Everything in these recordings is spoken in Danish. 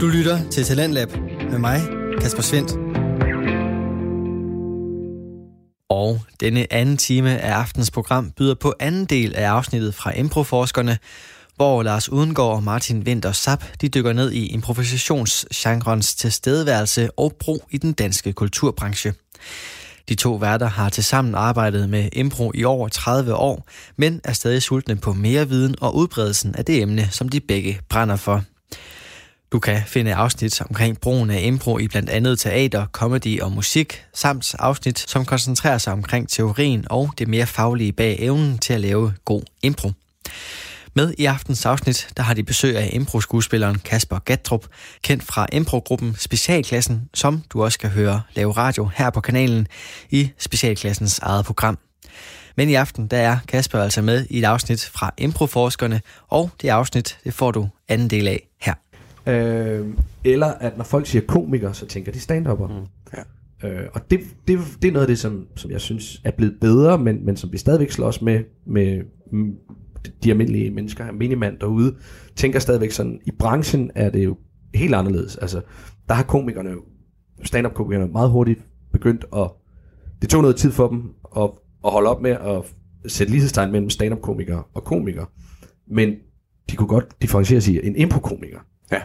Du lytter til Talentlab med mig, Kasper Svendt. Og denne anden time af aftens program byder på anden del af afsnittet fra Improforskerne, hvor Lars Udengård og Martin Winther Zapp, de dykker ned i improvisationsgenrens tilstedeværelse og brug i den danske kulturbranche. De to værter har tilsammen arbejdet med impro i over 30 år, men er stadig sultne på mere viden og udbredelsen af det emne, som de begge brænder for. Du kan finde afsnit omkring brugen af impro i blandt andet teater, comedy og musik, samt afsnit, som koncentrerer sig omkring teorien og det mere faglige bag evnen til at lave god impro. Med i aftens afsnit, der har de besøg af impro-skuespilleren Kasper Gattrup, kendt fra improgruppen Specialklassen, som du også kan høre lave radio her på kanalen i Specialklassens eget program. Men i aften, der er Kasper altså med i et afsnit fra Improforskerne, og det afsnit, det får du anden del af her. Eller at når folk siger komiker, så tænker de stand-upper. Ja. Og det er noget af det, som jeg synes er blevet bedre, men som vi stadigvæk slås med de almindelige mennesker, minimand derude, tænker stadigvæk sådan, i branchen er det jo helt anderledes. Altså, der har komikerne, stand-up-komikerne meget hurtigt begyndt at, det tog noget tid for dem at holde op med at sætte lighedstegn mellem stand-up-komikere og komikere, men de kunne godt differentiere sig i en impro-komiker. Ja.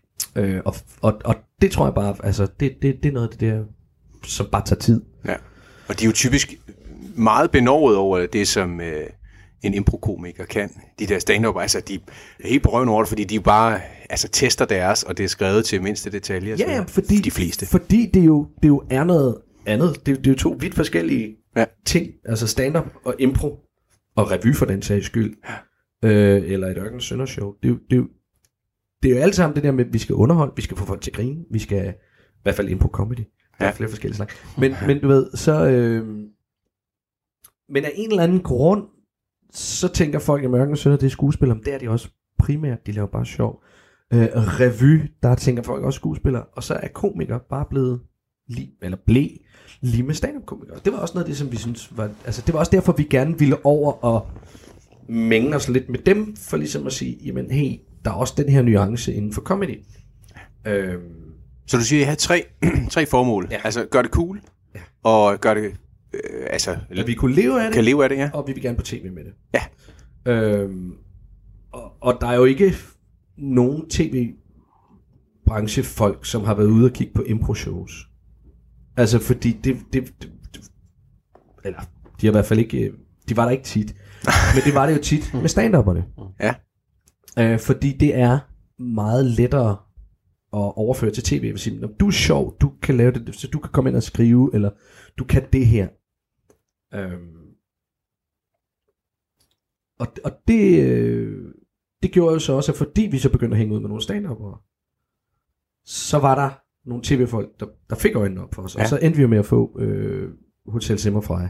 Og det tror jeg bare, altså, det er noget af det der, som bare tager tid. Ja, og de er jo typisk meget benovet over det, som en improkomiker kan. De der stand-up, altså de er helt berøvende over det, fordi de bare tester deres, og det er skrevet til mindste detaljer. Ja, fordi de fleste. Fordi det jo er noget andet. Det er jo to vidt forskellige ting. Altså stand-up og impro, og revy for den sags skyld. Ja. Eller et Ørkenens Søndershow. Det er jo alt sammen det der med, at vi skal underholde, vi skal få folk til at grine, vi skal i hvert fald impro-comedy. Der er flere forskellige slags. Men du ved, så men af en eller anden grund, så tænker folk, at Ørkenens Sønder, det er skuespillere, men det er de også primært, de laver bare sjov. Revy, der tænker folk også skuespillere, og så er komikere bare blevet lige med stand-up-komikere. Det var også noget af det, som vi synes var, altså det var også derfor, vi gerne ville over og mænge os lidt med dem, for ligesom at sige, jamen hey, der er også den her nuance inden for comedy. Så du siger, at I har tre formål. Ja. Altså, gør det cool, og gør det, at vi kunne leve af det, kan leve af det, ja. Og vi vil gerne på tv med det. Ja. Og der er jo ikke nogen tv-branchefolk, som har været ude og kigge på impro-shows. Altså, fordi eller, de har i hvert fald ikke, de var der ikke tit, men det var det jo tit med stand-upperne. Ja. Fordi det er meget lettere at overføre til tv. Jeg vil sige, når du er sjov, du kan lave det, så du kan komme ind og skrive, eller du kan det her. Og det gjorde jo så også, at fordi vi så begyndte at hænge ud med nogle stand-up'ere, så var der nogle tv-folk, der fik øjnene op for os. Ja. Og så endte vi med at få Hotel Zimmerfrei,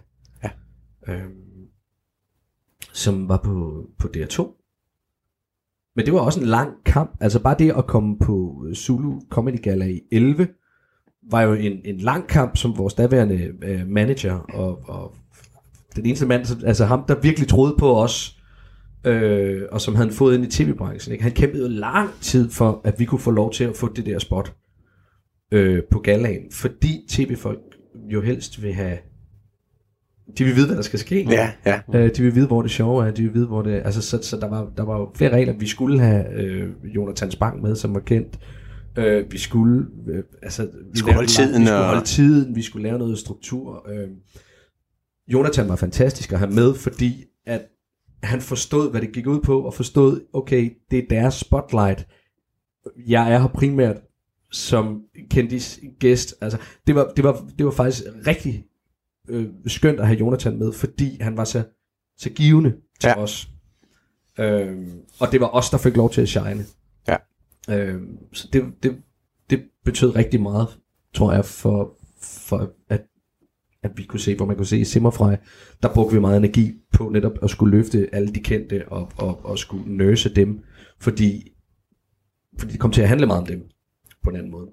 som var på DR2. Men det var også en lang kamp. Altså bare det at komme på Zulu Comedy Gala i 11, var jo en lang kamp, som vores daværende manager og den eneste mand, altså ham, der virkelig troede på os, og som havde fået ind i tv-branchen. Ikke? Han kæmpede jo lang tid for, at vi kunne få lov til at få det der spot på galaen, fordi tv-folk jo helst vil have, de vil vide, hvad der skal ske. Ja, ja. De vil vide, hvor det sjove er. De vil vide, hvor det, altså så der var jo flere regler. Vi skulle have Jonathan Spang med, som var kendt. Vi skulle holde tiden. Vi skulle lave noget struktur. Jonathan var fantastisk at have med, fordi at han forstod, hvad det gik ud på, og forstod, okay, det er deres spotlight. Jeg er her primært som kendis gæst. Altså, det var faktisk rigtig skønt at have Jonathan med, fordi han var så givende til os. Og det var os, der fik lov til at shine. Ja. Så det betød rigtig meget, tror jeg, for at vi kunne se, hvor man kunne se i Zimmerfrei, der brugte vi meget energi på netop at skulle løfte alle de kendte og skulle nurse dem, fordi det kom til at handle meget om dem på en anden måde.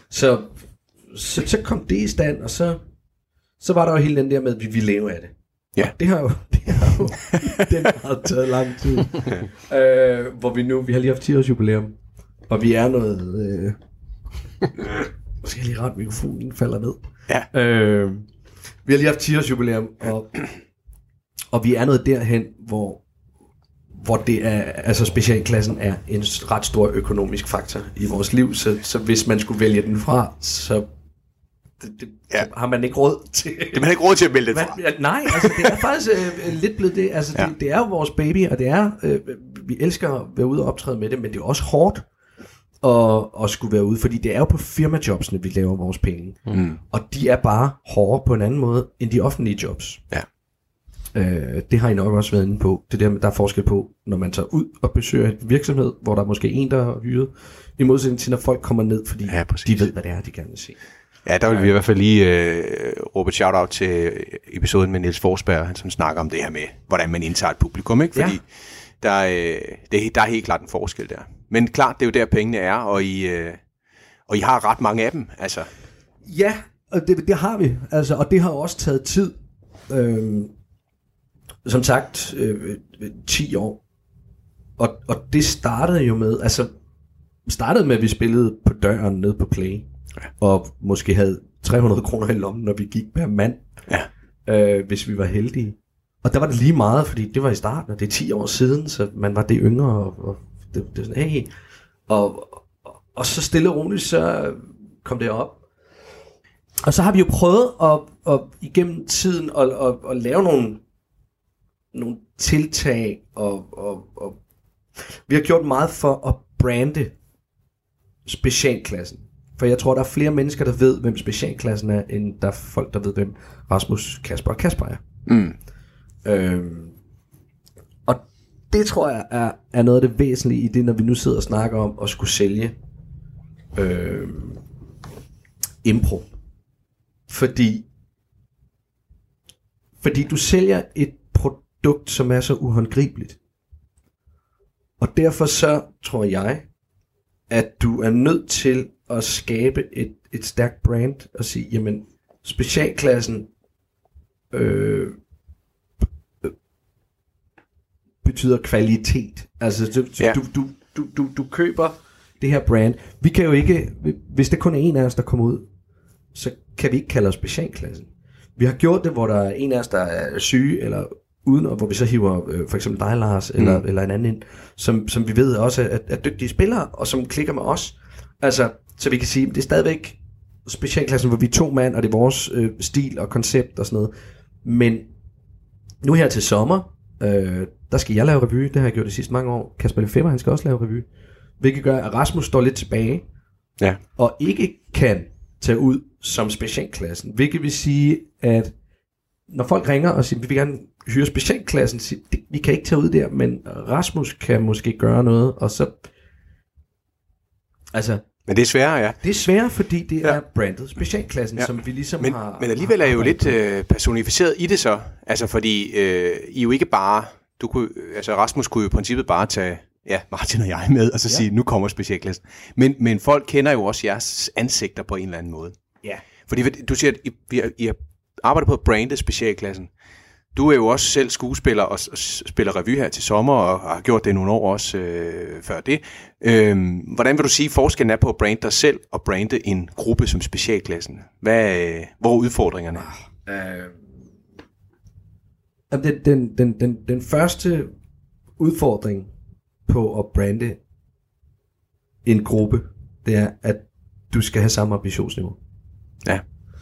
Så kom det i stand, og så var der jo hele den der med, at vi ville leve af det. Ja. Det har jo den har taget lang tid. Hvor vi har lige haft 10 års jubilæum, og vi er noget... Måske jeg lige ret mikrofonen falder ned. Ja. Vi har lige haft 10 års jubilæum, og vi er nået derhen, hvor det er, altså specialklassen er en ret stor økonomisk faktor i vores liv, så hvis man skulle vælge den fra, så har man ikke råd til... Det man ikke råd til at vælge den fra. Nej, altså det er faktisk lidt blevet det. Altså det er jo vores baby, og det er... vi elsker at være ude og optræde med det, men det er også hårdt at skulle være ude, fordi det er jo på firmajobsene, vi laver vores penge. Mm. Og de er bare hårdere på en anden måde end de offentlige jobs. Ja. Det har I nok også været inde på. Det der er forskel på, når man tager ud og besøger en virksomhed, hvor der er måske en, der har hyret, i modsætning til, når folk kommer ned, fordi de ved, hvad det er, de gerne vil se. Ja, der vil vi i hvert fald lige råbe et shout-out til episoden med Niels Forsberg, som snakker om det her med, hvordan man indtager et publikum, ikke? Fordi der er helt klart en forskel der. Men klart, det er jo der pengene er, og I har ret mange af dem, altså. Ja, og det har vi, altså, og det har også taget tid. Som sagt, 10 år. Og det startede jo med, at vi spillede på døren nede på Play, og måske havde 300 kroner i lommen, når vi gik per mand, hvis vi var heldige. Og der var det lige meget, fordi det var i starten, og det er 10 år siden, så man var det yngre, og det er sådan, hey. Og så stille og roligt, så kom det op. Og så har vi jo prøvet at igennem tiden at lave nogle tiltag, og vi har gjort meget for at brande specialklassen. For jeg tror, der er flere mennesker, der ved, hvem specialklassen er, end der er folk, der ved, hvem Rasmus, Kasper og Kasper er. Mm. Og det tror jeg er noget af det væsentlige i det, når vi nu sidder og snakker om at skulle sælge impro. Fordi du sælger et produkt, som er så uhåndgribeligt. Og derfor så tror jeg, at du er nødt til at skabe et stærkt brand og sige, jamen, specialklassen betyder kvalitet. Altså, du køber det her brand. Vi kan jo ikke, hvis det kun er en af os, der kommer ud, så kan vi ikke kalde os specialklassen. Vi har gjort det, hvor der er en af os, der er syge, eller uden, og hvor vi så hiver for eksempel dig, Lars, eller en anden ind, som vi ved også er dygtige spillere, og som klikker med os. Altså, så vi kan sige, det er stadigvæk specialklassen, hvor vi er 2 mand, og det er vores stil og koncept og sådan noget. Men nu her til sommer, der skal jeg lave revy, det har jeg gjort de sidste mange år. Kasper Lefebvre, han skal også lave revy. Hvilket gør, at Rasmus står lidt tilbage, og ikke kan tage ud som specialklassen. Hvilket vil sige, at når folk ringer og siger, vi vil gerne hyre specialklassen, siger, vi kan ikke tage ud der, men Rasmus kan måske gøre noget, og så... Altså... Men det er sværere, ja. Det er sværere, fordi det er brandet specialklassen, som vi ligesom har... Men alligevel er jo lidt personificeret i det så. Altså, fordi I jo ikke bare... Rasmus kunne jo i princippet bare tage Martin og jeg med, og så sige, nu kommer specialklassen. Men folk kender jo også jeres ansigter på en eller anden måde. Ja. Fordi du siger, at I har arbejdet på at brande specialklassen. Du er jo også selv skuespiller og spiller revy her til sommer, og har gjort det nogle år også før det. Hvordan vil du sige, forskellen er på at brande dig selv og brande en gruppe som specialklassen? Hvor er udfordringerne? Den første udfordring på at brande en gruppe, det er, at du skal have samme ambitionsniveau. Ja.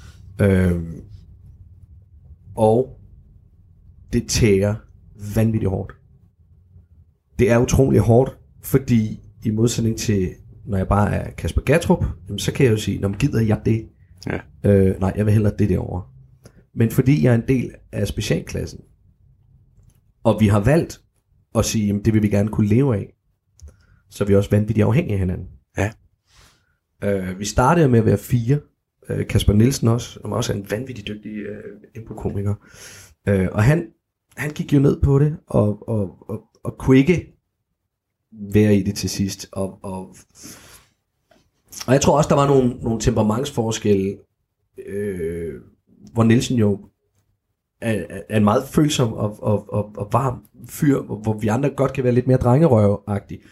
Og det tærer vanvittigt hårdt. Det er utrolig hårdt, fordi i modsætning til, når jeg bare er Kasper Gattrup, så kan jeg jo sige, når man gider jeg det? Ja. Nej, jeg vil hellere det derovre. Men fordi jeg er en del af specialklassen, og vi har valgt at sige, jamen, det vil vi gerne kunne leve af, så er vi også vanvittigt afhængige af hinanden. Ja. Vi startede med at være 4. Kasper Nielsen også, som også er en vanvittig dygtig improkomiker. Og han gik jo ned på det, og kunne ikke være i det til sidst. Og jeg tror også, der var nogle temperamentsforskelle, hvor Nielsen jo er en meget følsom og varm fyr, hvor vi andre godt kan være lidt mere drengerøv-agtige.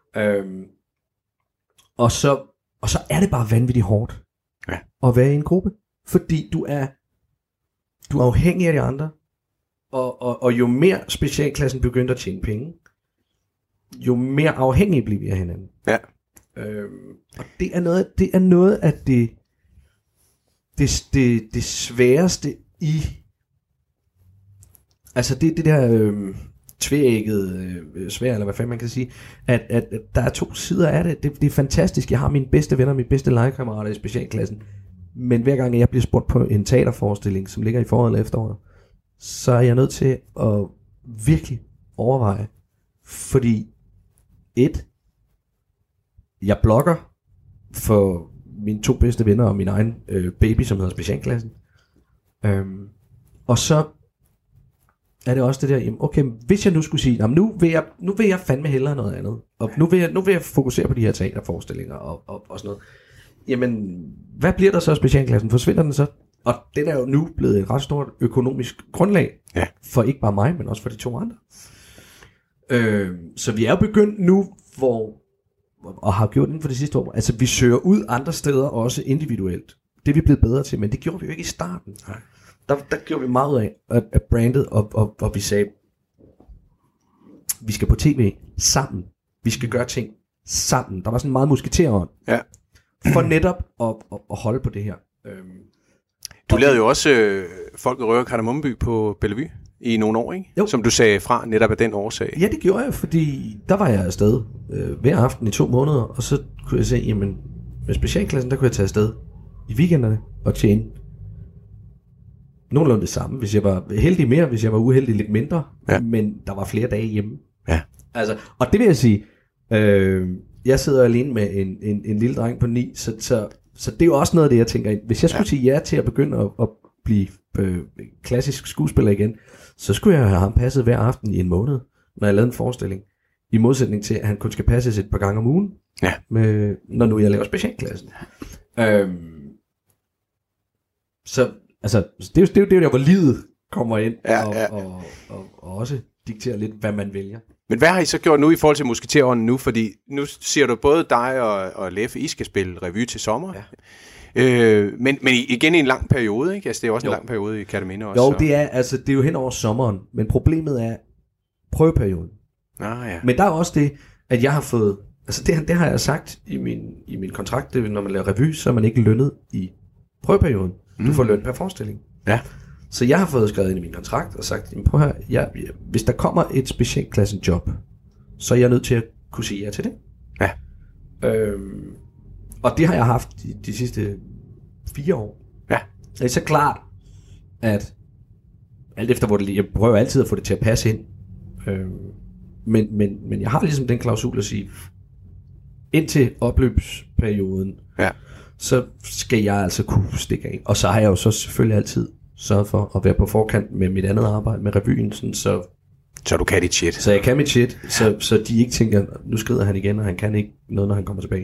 Og så er det bare vanvittigt hårdt at være i en gruppe, fordi du er afhængig af de andre, og jo mere specialklassen begyndte at tjene penge, jo mere afhængige bliver vi af hinanden. Ja. Og det er noget af det sværeste i, altså det der tvægget svær, eller hvad fanden man kan sige, at der er to sider af det. Det er fantastisk. Jeg har mine bedste venner, mine bedste legekammerater i specialklassen, men hver gang jeg bliver spurgt på en teaterforestilling, som ligger i foråret eller efteråret, så er jeg nødt til at virkelig overveje, fordi jeg blogger for mine 2 bedste venner og min egen baby, som hedder specialklassen. Og så er det også det der, okay, hvis jeg nu skulle sige, nu vil jeg fandme hellere noget andet, og nu vil jeg fokusere på de her teaterforestillinger og sådan noget. Jamen, hvad bliver der så af specialklassen? Forsvinder den så? Og den er jo nu blevet et ret stort økonomisk grundlag, for ikke bare mig, men også for de 2 andre. Så vi er jo begyndt nu, og har gjort inden for de sidste år, altså vi søger ud andre steder også individuelt. Det er vi blevet bedre til, men det gjorde vi jo ikke i starten. Der gjorde vi meget ud af brandet, og vi sagde, vi skal på tv sammen. Vi skal gøre ting sammen. Der var sådan meget musketerånd. Ja. For netop at holde på det her. Du lavede jo også Folket Rører Kardemommeby på Bellevue i nogle år, ikke? Jo. Som du sagde fra netop af den årsag. Ja, det gjorde jeg, fordi der var jeg afsted hver aften i 2 måneder, og så kunne jeg se, jamen med specialklassen, der kunne jeg tage afsted i weekenderne og tjene nogenlunde det samme. Hvis jeg var heldig mere, hvis jeg var uheldig lidt mindre, men der var flere dage hjemme. Ja. Altså, og det vil jeg sige, jeg sidder alene med en lille dreng på 9, så det er jo også noget af det, jeg tænker, hvis jeg skulle sige ja til at begynde at blive klassisk skuespiller igen, så skulle jeg have ham passet hver aften i en måned, når jeg lavede en forestilling. I modsætning til, at han kun skal passes et par gange om ugen, når nu jeg laver specialklassen. Så altså, det er jo der, hvor livet kommer ind, og også dikterer lidt, hvad man vælger. Men hvad har I så gjort nu i forhold til musketerånden nu? Fordi nu siger du både dig og Leffe, I skal spille revy til sommer. Ja. Men igen i en lang periode, ikke? Altså det er også en lang periode i Kerteminde også. Jo, det er jo hen over sommeren, men problemet er prøveperioden. Men der er også det, at jeg har fået, altså det har jeg sagt i min kontrakt, det, når man laver revy, så er man ikke lønnet i prøveperioden. Du får løn per forestilling. Ja. Så jeg har fået skrevet ind i min kontrakt og sagt, prøv her, hvis der kommer et specialklassen job, så er jeg nødt til at kunne sige ja til det. Ja. Og det har jeg haft de sidste 4 år. Ja. Det er så klart, at alt efter hvor det ligger, jeg prøver altid at få det til at passe ind. Men jeg har ligesom den klausul at sige, indtil opløbsperioden, så skal jeg altså kunne stikke af. Og så har jeg jo så selvfølgelig altid sørget for at være på forkant med mit andet arbejde med revyen, så du kan dit shit. Så jeg kan mit shit, så de ikke tænker, nu skrider han igen, og han kan ikke noget, når han kommer tilbage.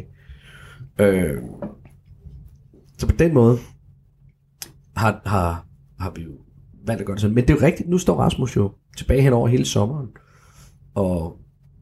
Så på den måde har vi jo valgt at gøre det sådan. Men det er jo rigtigt, nu står Rasmus jo tilbage hen over hele sommeren, og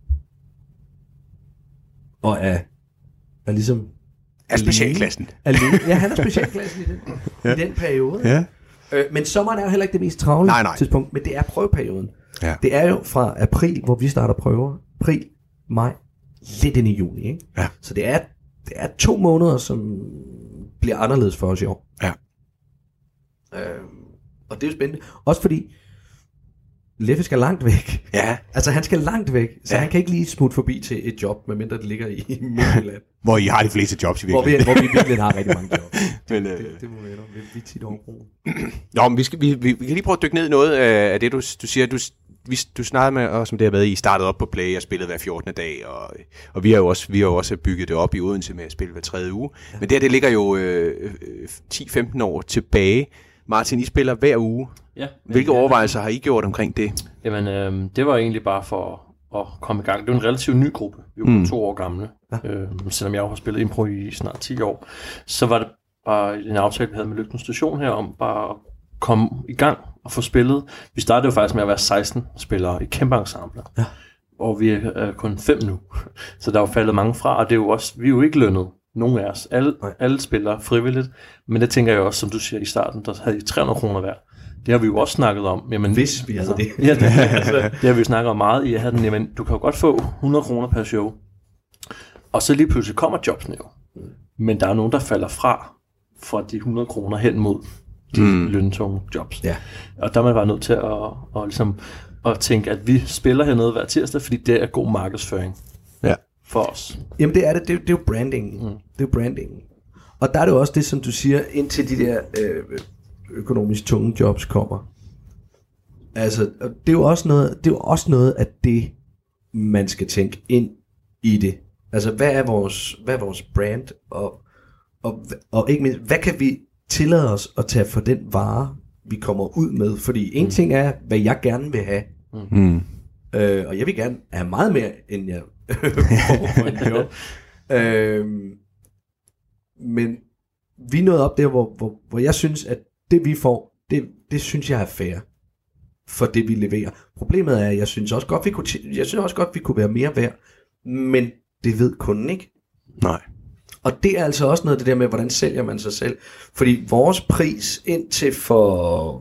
er ligesom er specialklassen. Ja, han er specialklassen i den periode. Ja. Men sommeren er jo heller ikke det mest travle tidspunkt, men det er prøveperioden. Ja. Det er jo fra april, hvor vi starter prøver. April, maj, lidt ind i juni. Ikke? Ja. Så det er 2 måneder, som bliver anderledes for os i år. Ja. Og det er jo spændende. Også fordi Leffe skal langt væk. Ja. Altså han skal langt væk, så han kan ikke lige smutte forbi til et job, medmindre det ligger i Midtjylland. Hvor I har de fleste jobs i virkeligheden. Hvor vi virkelig har rigtig mange jobs. Men, det må være vi tit overbruge. Nå, men vi kan lige prøve at dykke ned i noget af det, du siger. Du snakkede med os om det her med, at I startede op på Play og spillede hver 14. dag, og vi har jo også bygget det op i Odense med at spille hver 3. uge. Ja. Men det ligger jo 10-15 år tilbage. Martin, I spiller hver uge. Ja, hvilke overvejelser har I gjort omkring det? Jamen, det var egentlig bare for at komme i gang. Det er en relativt ny gruppe. Vi var 2 år gamle. Ja. Selvom jeg har spillet impro i snart 10 år. Så var det bare en aftale, vi havde med Løgten Station her, om bare at komme i gang at få spillet. Vi startede jo faktisk med at være 16 spillere i kæmpe ensemble. Ja. Og vi er kun 5 nu. Så der er jo faldet mange fra, og det er jo også, vi er jo ikke lønnet, nogen af os. Alle spiller frivilligt, men det tænker jeg også, som du siger i starten, der havde I 300 kroner hver. Det har vi jo også snakket om. Jamen, Hvis vi havde det. Ja, det har vi jo snakket om meget i. Jeg havde den, jamen, du kan jo godt få 100 kroner per show. Og så lige pludselig kommer jobsene jo. Men der er nogen, der falder fra de 100 kroner hen mod de løntunge jobs. Ja. Og der er man bare nødt til ligesom, at tænke, at vi spiller hernede hver tirsdag, fordi det er god markedsføring for os. Jamen det er det. Det er jo branding. Det er jo branding. Og der er det jo også det, som du siger, indtil de der økonomisk tunge jobs kommer. Altså, det er jo også noget af det, man skal tænke ind i det. Altså, hvad er vores brand, og ikke mindst, hvad kan vi tillade os at tage for den vare, vi kommer ud med? Fordi en ting er, hvad jeg gerne vil have. Og jeg vil gerne have meget mere, end jeg får for en job. Men vi er nået op der, hvor jeg synes, at det vi får, det synes jeg er fair for det vi leverer. Problemet er, at jeg synes også godt vi kunne være mere værd, men det ved kunden ikke. Nej. Og det er altså også noget af det der med, hvordan sælger man sig selv. Fordi vores pris indtil for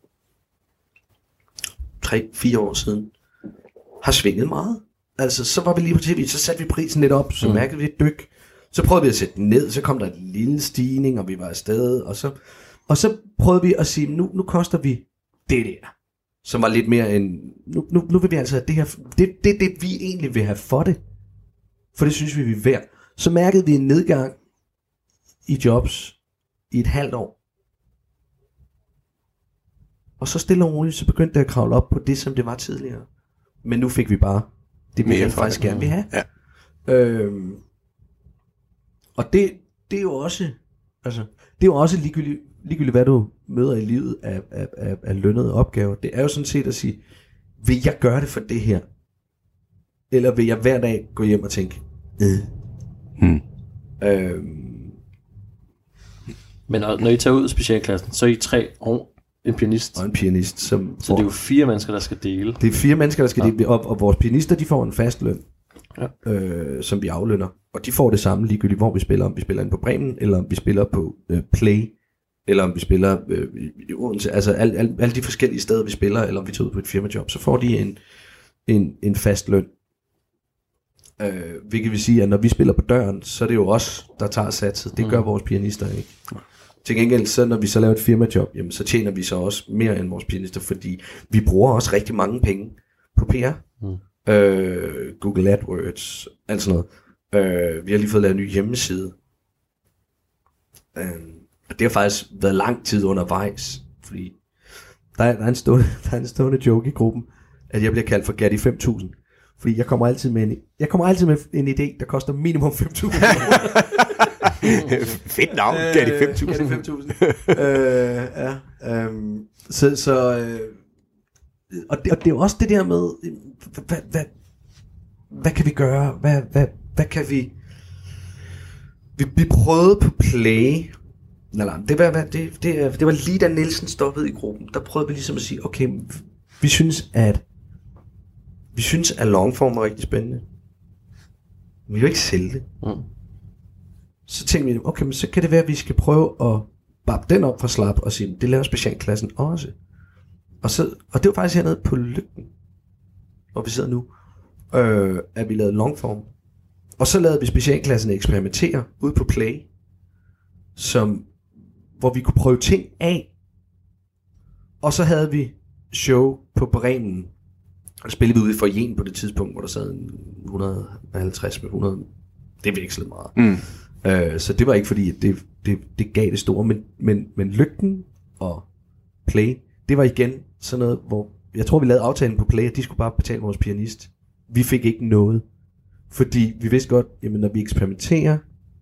3-4 år siden har svinget meget. Altså, så var vi lige på TV, så satte vi prisen lidt op, så mærkede vi et dyk. Så prøvede vi at sætte den ned, så kom der en lille stigning, og vi var afsted, og så prøvede vi at sige, nu koster vi det der, som var lidt mere end, nu vil vi altså have det her, det vi egentlig vil have for det, for det synes vi er værd. Så mærkede vi en nedgang i jobs i et halvt år. Og så stille og roligt, så begyndte det at kravle op på det, som det var tidligere. Men nu fik vi bare det, vi faktisk gerne vil have. Ja. Og det er jo også, altså, det er jo også ligegyldigt, hvad du møder i livet af lønnede opgaver. Det er jo sådan set at sige, vil jeg gøre det for det her? Eller vil jeg hver dag gå hjem og tænke, Men når I tager ud af specialklassen, så er I 3 og en pianist. Og en pianist. Så det er jo 4 mennesker, der skal dele. Det er 4 mennesker, der skal dele. Og vores pianister, de får en fast løn, som vi aflønner. Og de får det samme ligegyldigt, hvor vi spiller. Om vi spiller inde på Bremen, eller om vi spiller på Play, eller om vi spiller i Odense. Altså alle de forskellige steder, vi spiller, eller om vi tager ud på et firmajob, så får de en fast løn. Hvilket vil sige, at når vi spiller på døren, så er det jo os, der tager satset. Det gør vores pianister ikke. Til gengæld, så når vi så laver et firmajob, jamen, så tjener vi så også mere end vores pianister, fordi vi bruger også rigtig mange penge på PR. Google AdWords, alt sådan noget. Vi har lige fået lavet en ny hjemmeside. Og det har faktisk været lang tid undervejs, fordi der er en stående joke i gruppen, at jeg bliver kaldt for Gatti 5000. Fordi jeg kommer altid med en idé, der koster minimum 5.000. Fedt navn, Gatti 5.000. Gatti 5.000. Og det er jo også det der med, hvad kan vi gøre? Hvad kan vi... Vi prøvede på Play. Det var lige da Nielsen stoppede i gruppen. Der prøvede vi ligesom at sige, okay, vi synes, at longform er rigtig spændende. Men vi vil jo ikke sælge det. Så tænkte vi, okay, men så kan det være, at vi skal prøve at bappe den op fra slap og sige, det laver specialklassen også. Og det var faktisk hernede på Lygten, hvor vi sidder nu, at vi lavede longform. Og så lavede vi specialklassen eksperimentere ude på Play, hvor vi kunne prøve ting af. Og så havde vi show på Bremen. Og der spillede vi ude i foyeren på det tidspunkt, hvor der sad 150 med 100. Det vekslede meget. Så det var ikke fordi, at det gav det store. Men Lygten og Play, det var igen sådan noget, hvor jeg tror, vi lavede aftalen på Play, at de skulle bare betale vores pianist. Vi fik ikke noget. Fordi vi vidste godt, jamen når vi eksperimenterer,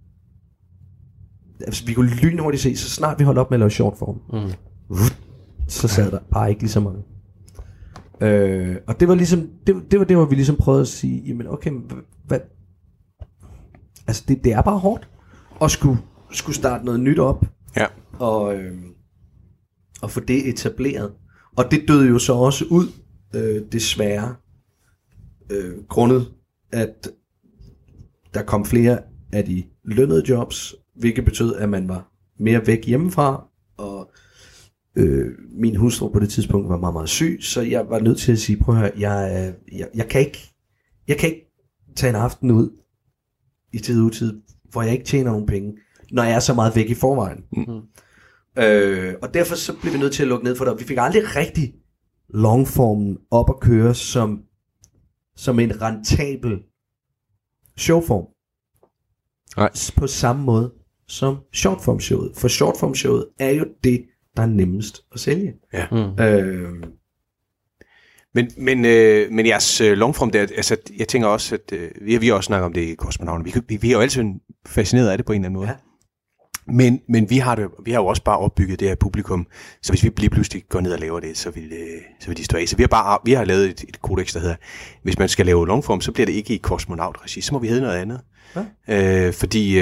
altså vi kunne lynhurtigt se, så snart vi holdt op med at lave shortform, så sad der bare ikke lige så mange. Og det var ligesom, det var det, hvor vi ligesom prøvede at sige, jamen okay, hvad? Altså det er bare hårdt at skulle starte noget nyt op, og få det etableret. Og det døde jo så også ud, desværre, grundet, at der kom flere af de lønnede jobs, hvilket betød, at man var mere væk hjemmefra, og min hustru på det tidspunkt var meget, meget syg, så jeg var nødt til at sige, prøv at høre, jeg kan ikke tage en aften ud i tid og utid, hvor jeg ikke tjener nogen penge, når jeg er så meget væk i forvejen. Og derfor så blev vi nødt til at lukke ned for det, vi fik aldrig rigtig longformen op at køre som en rentabel showform. Nej. På samme måde som shortform-showet. For shortform-showet er jo det, der er nemmest at sælge. Ja. Men jeres longform der, altså jeg tænker også, at vi har også snakket om det i Kosmonauten. Vi er jo altid fascineret af det på en eller anden måde. Ja. Men vi har jo også bare opbygget det her publikum, så hvis vi lige pludselig går ned og laver det, så vil de stå af. Så vi har lavet et kodex, der hedder, hvis man skal lave longform, så bliver det ikke i kosmonaut-regi, så må vi hedde noget andet. Ja. Fordi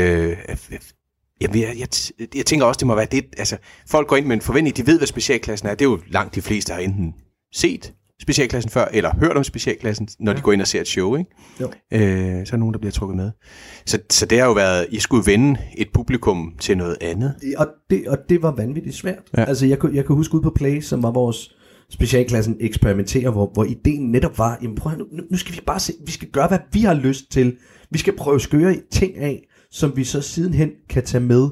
jeg tænker også, det må være det, altså folk går ind med en forventning, de ved, hvad specialklassen er. Det er jo langt de fleste har enten set specialklassen før, eller hørt om specialklassen, når de går ind og ser et show, ikke? Jo. Så er nogen, der bliver trukket med. Så det har jo været, I skulle vende et publikum til noget andet. Og det var vanvittigt svært. Ja. Altså jeg kan huske ud på Play, som var vores specialklassen eksperimentere, hvor ideen netop var, jamen prøv nu skal vi bare se, vi skal gøre, hvad vi har lyst til. Vi skal prøve at skøre ting af, som vi så sidenhen kan tage med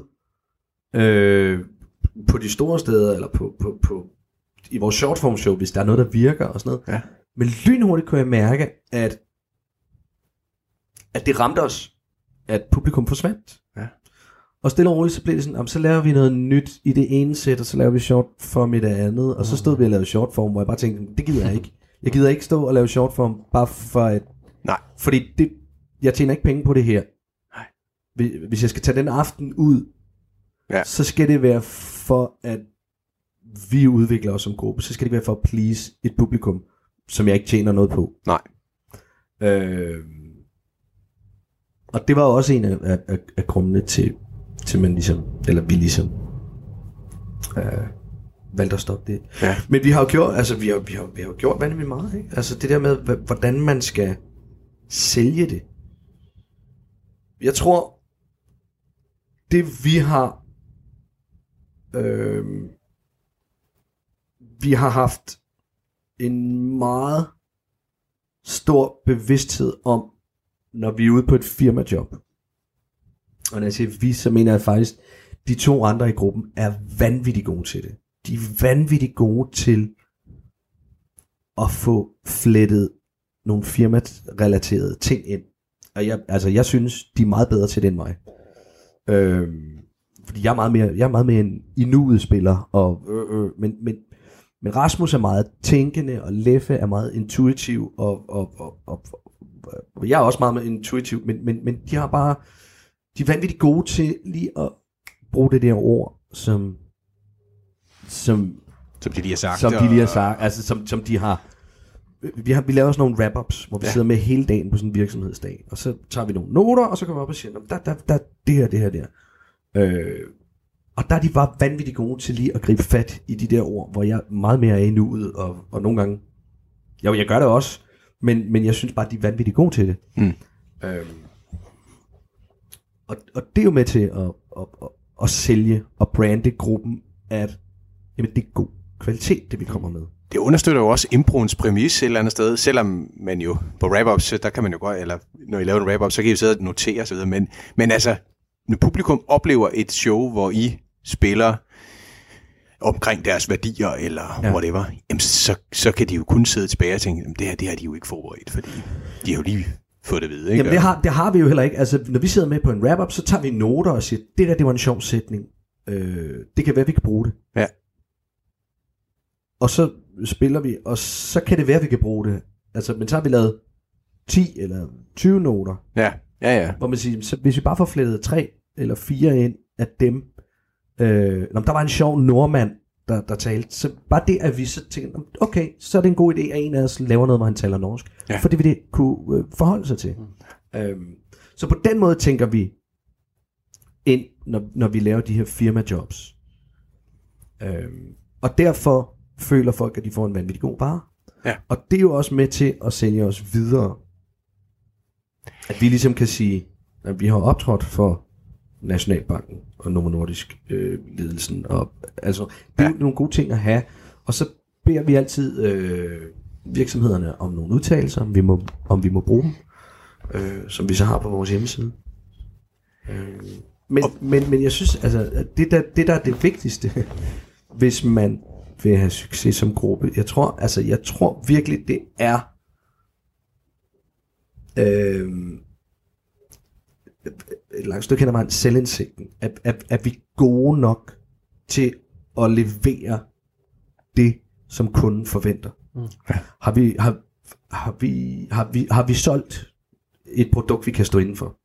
på de store steder, eller på i vores shortform show, hvis der er noget, der virker og sådan noget. Ja. Men lynhurtigt kunne jeg mærke, at det ramte os, at publikum forsvandt. Ja. Og stille og roligt, så blev det sådan, så laver vi noget nyt i det ene sæt, og så laver vi shortform i det andet, og så stod vi og lavede shortform, hvor jeg bare tænkte, det gider jeg ikke. Jeg gider ikke stå og lave shortform, bare for at... Nej. Fordi jeg tjener ikke penge på det her. Nej. Hvis jeg skal tage den aften ud, så skal det være for, at vi udvikler os som gruppe, så skal det være for at please et publikum, som jeg ikke tjener noget på. Nej. Og det var også en af grundene til man ligesom, eller vi ligesom valgte at stoppe det. Ja. Men vi har jo gjort, altså vi har gjort vanvittigt meget, ikke? Altså det der med, hvordan man skal sælge det. Jeg tror, det vi har haft en meget stor bevidsthed om, når vi er ude på et firmajob. Og når jeg siger vi, så mener jeg faktisk, de 2 andre i gruppen er vanvittigt gode til det. De er vanvittigt gode til at få flettet nogle firmarelaterede ting ind. Og jeg synes, de er meget bedre til det end mig. Fordi jeg er meget mere en i nuet spiller, men Rasmus er meget tænkende, og Leffe er meget intuitiv, og jeg er også meget intuitiv, men de er vanvittigt gode til lige at bruge det der ord, som de lige har sagt. Som de lige har sagt, altså som de har. Vi laver sådan nogle wrap-ups, hvor vi sidder med hele dagen på sådan en virksomhedsdag, og så tager vi nogle noter, og så kommer vi op og siger, der det her. Og der er de bare vanvittigt gode til lige at gribe fat i de der ord, hvor jeg meget mere er i nuet, og nogle gange, jeg gør det også, men jeg synes bare, de er vanvittigt gode til det. Og det er jo med til at sælge og brande gruppen, at jamen, det er god kvalitet, det vi kommer med. Det understøtter jo også improens præmis et eller andet sted, selvom man jo på wrap-ups, der kan man jo godt, eller når I laver en wrap-up, så kan I jo sidde og notere osv., men altså, når publikum oplever et show, hvor I spiller omkring deres værdier, eller whatever, jamen så kan de jo kun sidde tilbage og tænke, det har de jo ikke forberedt, fordi de har jo lige fået det videre. Ikke? Jamen det har vi jo heller ikke. Altså, når vi sidder med på en wrap-up, så tager vi noter og siger, det var en sjov sætning. Det kan være, vi kan bruge det. Ja. Og så spiller vi, og så kan det være, vi kan bruge det. Altså, men så har vi lavet 10 eller 20 noter. Ja. Hvor man siger, så hvis vi bare får flettet 3 eller 4 ind af dem, der var en sjov nordmand, der talte, så bare det, at vi så tænker, okay, så er det en god idé, at en af os laver noget, hvor han taler norsk. Ja. For det vil det kunne forholde sig til. Så på den måde tænker vi ind, når vi laver de her firmajobs. Og derfor føler folk, at de får en vanvittig god vare. Ja. Og det er jo også med til at sælge os videre. At vi ligesom kan sige, at vi har optrådt for Nationalbanken og Novo Nordisk ledelsen. Og, altså, det er jo nogle gode ting at have. Og så beder vi altid virksomhederne om nogle udtalelser, om vi må bruge dem, som vi så har på vores hjemmeside. Men jeg synes, altså, at det der er det vigtigste, hvis man vil have succes som gruppe. Jeg tror virkelig, det er et langt stykke hen ad vejen selvindsigten, at vi er gode nok til at levere det, som kunden forventer. Har vi solgt et produkt, vi kan stå inden for?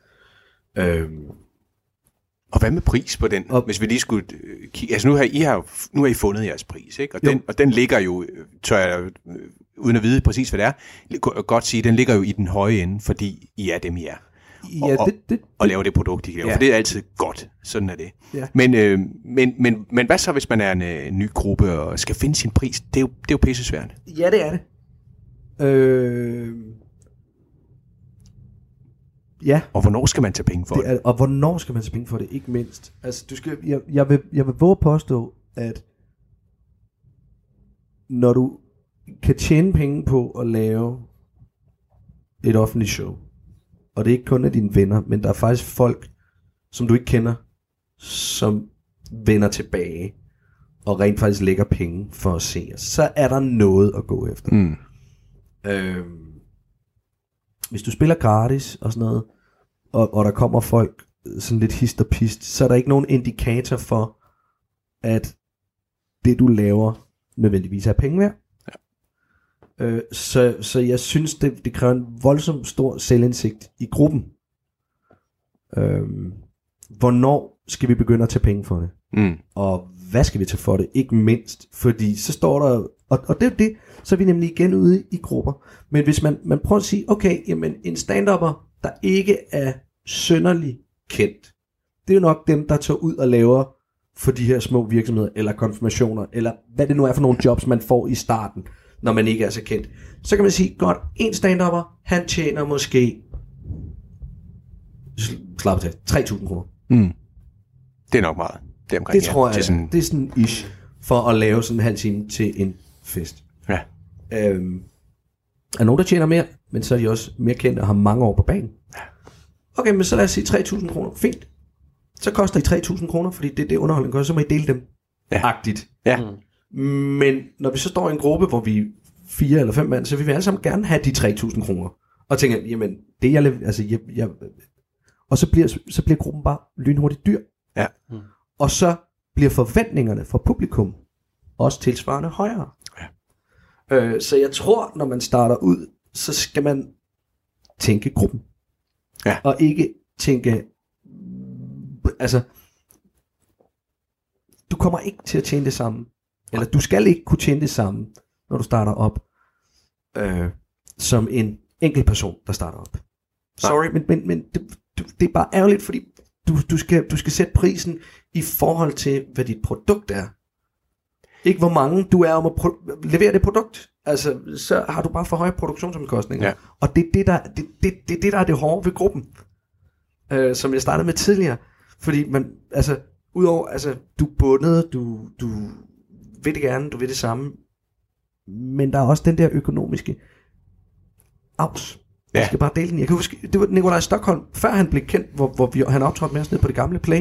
Og hvad med pris på den? Hvis vi lige skulle kigge, altså nu har I fundet jeres pris, ikke? Og den ligger jo, tør jeg uden at vide præcis hvad det er, godt sige, den ligger jo i den høje ende, fordi I er dem I er. Og laver det produkt, I kan lave. For det er altid godt. Sådan er det. Ja. Men hvad så, hvis man er en ny gruppe og skal finde sin pris? Det er jo pisse svært. Ja, det er det. Ja. Og hvornår skal man tage penge for det? Og hvornår skal man tage penge for det, ikke mindst. Altså, jeg vil våge påstå, at når du kan tjene penge på at lave et offentligt show, og det er ikke kun af dine venner, men der er faktisk folk, som du ikke kender, som vender tilbage, og rent faktisk lægger penge for at se os, så er der noget at gå efter. Hvis du spiller gratis og sådan noget, og der kommer folk sådan lidt hist og pist, så er der ikke nogen indikator for, at det du laver nødvendigvis er penge værd. Ja. Så jeg synes, det kræver en voldsomt stor selvindsigt i gruppen. Hvornår skal vi begynde at tage penge for det? Og hvad skal vi tage for det? Ikke mindst, fordi så står der, og det er det, så er vi nemlig igen ude i grupper. Men hvis man prøver at sige, okay, jamen en stand-upper, der ikke er synderlig kendt, det er jo nok dem, der tager ud og laver for de her små virksomheder, eller konfirmationer, eller hvad det nu er for nogle jobs, man får i starten, når man ikke er så kendt. Så kan man sige, godt, en stand-upper, han tjener måske, slap til, 3.000 kroner. Det er nok meget. Det tror jeg, sådan... det er sådan ish, for at lave sådan en halv time til en fest. Ja. Er nogen, der tjener mere, men så er de også mere kendte og har mange år på banen. Okay, men så lad os sige 3.000 kroner. Fint. Så koster I 3.000 kroner, fordi det er det underholdning gør, så må I dele dem. Ja. Agtigt. Ja. Men når vi så står i en gruppe, hvor vi er 4 eller 5 mand, så vil vi alle sammen gerne have de 3.000 kroner. Og tænker, jamen, det jeg og så bliver gruppen bare lynhurtigt dyr. Ja. Og så bliver forventningerne fra publikum også tilsvarende højere. Ja. Så jeg tror, når man starter ud, så skal man tænke gruppen. Ja. Og ikke tænke, altså, du kommer ikke til at tjene det samme. Eller du skal ikke kunne tjene det samme, når du starter op, som en enkelt person, der starter op. Sorry, men det er bare ærgerligt, fordi du skal sætte prisen i forhold til, hvad dit produkt er. Ikke hvor mange du er om at levere det produkt. Altså, så har du bare for høje produktionsomkostninger. Ja. Og det er det, der er det hårde ved gruppen. Som jeg startede med tidligere. Fordi man, altså, udover, altså, du er bundet, du vil det gerne, du vil det samme. Men der er også den der økonomiske avs. Jeg skal bare dele den. Jeg kan huske, det var Nikolaj Stockholm, før han blev kendt, hvor han optrådte med os nede på det gamle Play.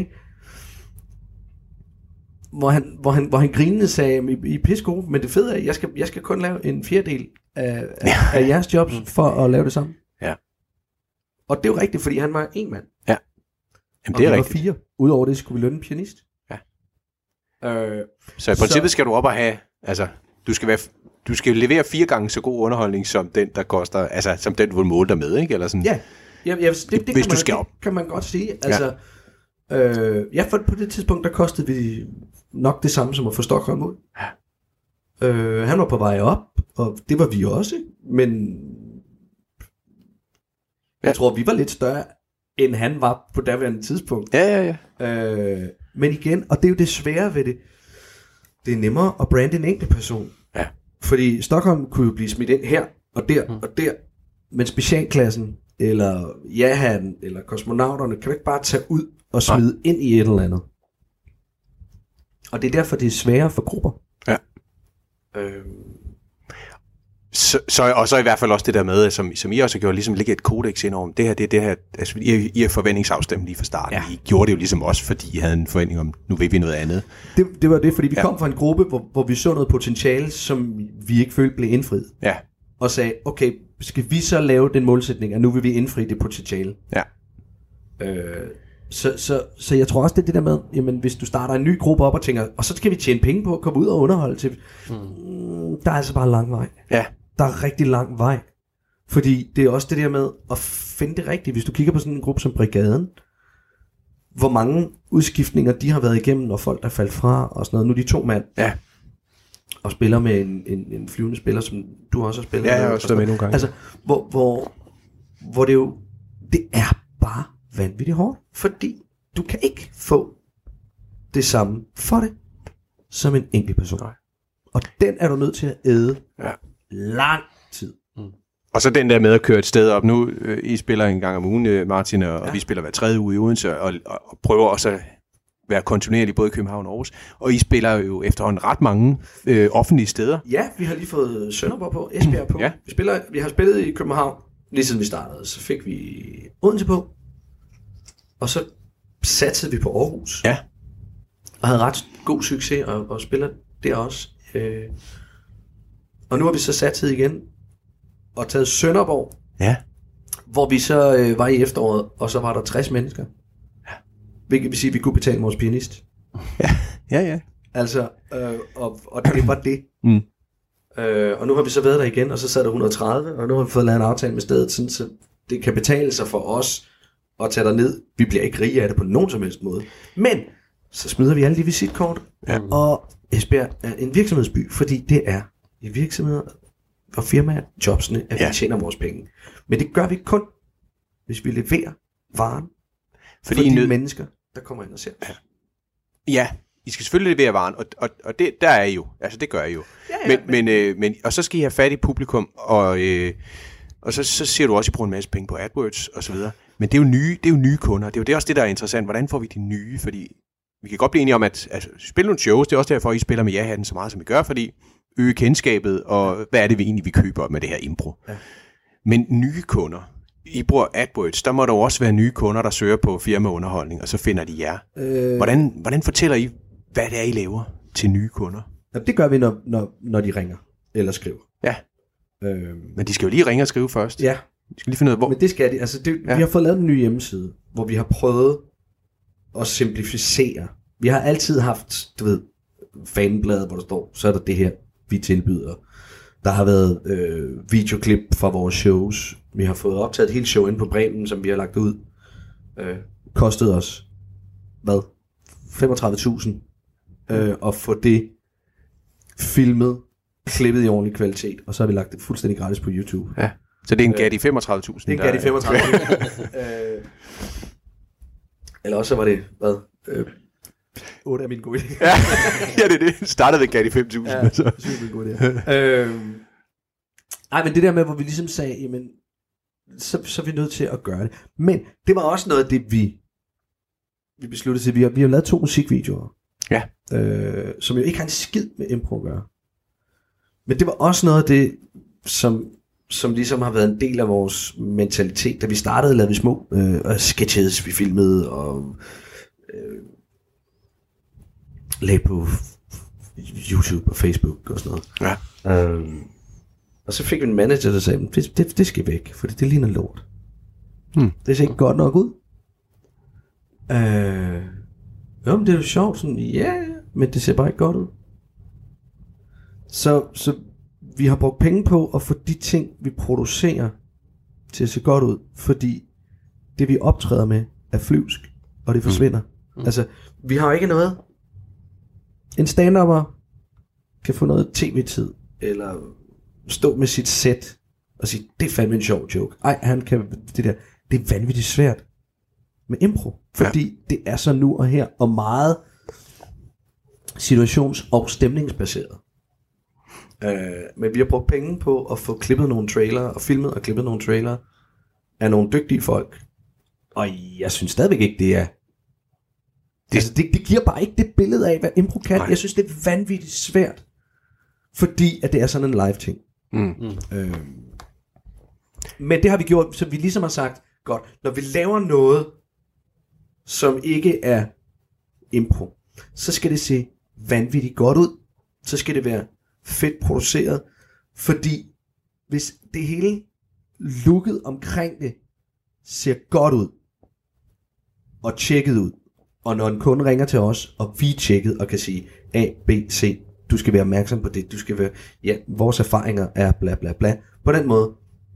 Hvor han grinende sagde, I pissegode, men det fede er, jeg skal kun lave en fjerdedel af jeres jobs, for at lave det samme. Ja. Og det er jo rigtigt, fordi han var en mand. Ja. Jamen, det er rigtigt. Og vi var 4. Udover det skulle vi lønne en pianist. Ja. Så i princippet skal du op og have, altså, du skal levere 4 gange så god underholdning, som den, der koster, altså, som den, du vil måle dig med, ikke? Eller sådan. Ja. Det kan man godt sige. Altså, for på det tidspunkt, der kostede vi nok det samme, som at få Stockholm ud. Ja. Han var på vej op, og det var vi også, men jeg tror, vi var lidt større, end han var på daværende tidspunkt. Ja. Men igen, og det er jo det svære ved det, det er nemmere at brande en enkelt person. Ja. Fordi Stockholm kunne jo blive smidt ind her, og der, og der. Men specialklassen, eller ja-hatten, eller kosmonauterne, kan du ikke bare tage ud og smide ind i et eller andet. Og det er derfor, det er sværere for grupper. Ja. Og så i hvert fald også det der med, som I også har gjort, ligesom lægge et kodex ind over. Det her, det her, altså I har forventningsafstemt lige fra starten. Ja. I gjorde det jo ligesom også, fordi I havde en forventning om, nu vil vi noget andet. Det var det, fordi vi kom fra en gruppe, hvor vi så noget potentiale, som vi ikke følte blev indfriet. Ja. Og sagde, okay, skal vi så lave den målsætning, at nu vil vi indfri det potentiale? Ja. Så jeg tror også, det er det der med, jamen, hvis du starter en ny gruppe op og tænker, og så skal vi tjene penge på at komme ud og underholde til, der er altså bare lang vej. Ja. Der er rigtig lang vej. Fordi det er også det der med at finde det rigtige. Hvis du kigger på sådan en gruppe som Brigaden, hvor mange udskiftninger de har været igennem, når folk er faldet fra og sådan noget. Nu er de 2 mand. Ja. Og spiller med en flyvende spiller, som du også har spillet med. Ja, jeg har også med nogle gange. Altså, hvor det jo, det er bare vanvittigt hårdt. Fordi du kan ikke få det samme for det, som en enkelt person. Nej. Og den er du nødt til at æde lang tid. Og så den der med at køre et sted op. Nu, I spiller en gang om ugen, Martin, og vi spiller hver 3. uge i Odense, og prøver også at være kontinuerlig både i København og Aarhus. Og I spiller jo efterhånden ret mange offentlige steder. Ja, vi har lige fået Sønderborg på, Esbjerg på. Ja. Vi har spillet i København, lige siden vi startede. Så fik vi Odense på, og så satsede vi på Aarhus. Ja. Og havde ret god succes, og spiller der også. Og nu har vi så satset igen, og taget Sønderborg. Ja. Hvor vi så var i efteråret, og så var der 60 mennesker. Ja. Hvilket vil sige, at vi kunne betale vores pianist. Ja. Altså, og det var det. Og nu har vi så været der igen, og så sad der 130, og nu har vi fået lavet en aftale med stedet, sådan, så det kan betale sig for os at tage ned. Vi bliver ikke rige af det på nogen som helst måde. Men så smider vi alle de visitkort, og Esbjerg er en virksomhedsby, fordi det er i virksomheder og firmaer, jobsene, at vi tjener vores penge. Men det gør vi kun, hvis vi leverer varen for de mennesker, der kommer ind og ser os. Ja, I skal selvfølgelig levere varen, og det, der er I jo. Altså, det gør I jo. Ja. Men, og så skal I have fat i publikum, og så siger du også, at I bruger en masse penge på AdWords og så videre. Men det er jo nye kunder. Det er jo også det, der er interessant. Hvordan får vi de nye? Fordi vi kan godt blive enige om, at spille nogle shows, det er også derfor, I spiller med ja-hatten så meget, som I gør, fordi øge kendskabet, og hvad er det, vi køber med det her impro. Ja. Men nye kunder, I bruger AdWords, der må der også være nye kunder, der søger på firmaunderholdning, og så finder de jer. Hvordan fortæller I, hvad det er, I laver til nye kunder? Ja, det gør vi, når de ringer eller skriver. Ja. Men de skal jo lige ringe og skrive først. Ja. De skal lige finde ud af, hvor... Men det skal de. Altså, vi har fået lavet en ny hjemmeside, hvor vi har prøvet at simplificere. Vi har altid haft, fanbladet, hvor der står, så er der det her, vi tilbyder. Der har været videoklip fra vores shows. Vi har fået optaget et helt show inde på Bremen, som vi har lagt ud. Kostede os, 35.000 at få det filmet, klippet i ordentlig kvalitet, og så har vi lagt det fuldstændig gratis på YouTube. Ja. Så det er en gat i 35.000? Det er en gat i 35.000. Eller også var det, 8 af mine gode idéer. Ja, det er det. Startede ved gat i 5.000. Ja, det er mine gode idéer. Ej, men det der med, hvor vi ligesom sagde, jamen, så er vi nødt til at gøre det. Men det var også noget af det, vi besluttede til. Vi har lavet 2 musikvideoer. Ja. Som jo ikke har en skid med impro at gøre. Men det var også noget af det, som ligesom har været en del af vores mentalitet. Da vi startede, lavede vi små sketches, vi filmede og lagde på YouTube og Facebook og sådan noget. Ja. Og så fik vi en manager, der sagde, det skal væk, for det ligner lort. Det ser ikke godt nok ud. Jo, men det er jo sjovt, sådan, ja, men det ser bare ikke godt ud. Så vi har brugt penge på at få de ting, vi producerer, til at se godt ud, fordi det vi optræder med er flyvsk, og det forsvinder. Altså, vi har ikke noget. En stand-upper kan få noget tv-tid, eller stå med sit sæt og sige, det er fandme en sjov joke. Ej, han kan det der. Det er vanvittigt svært med impro, fordi det er så nu og her, og meget situations- og stemningsbaseret. Men vi har brugt penge på at få klippet nogle trailere, og filmet og klippet nogle trailere af nogle dygtige folk. Og jeg synes stadigvæk ikke, det er... Det giver bare ikke det billede af, hvad impro kan. Jeg synes, det er vanvittigt svært, fordi at det er sådan en live ting. Men det har vi gjort, så vi ligesom har sagt, godt, når vi laver noget, som ikke er impro, så skal det se vanvittigt godt ud. Så skal det være fedt produceret, fordi hvis det hele looket omkring det ser godt ud, og tjekket ud, og når en kunde ringer til os, og vi er tjekket og kan sige A, B, C, du skal være opmærksom på det, du skal være, ja, vores erfaringer er bla bla bla, på den måde,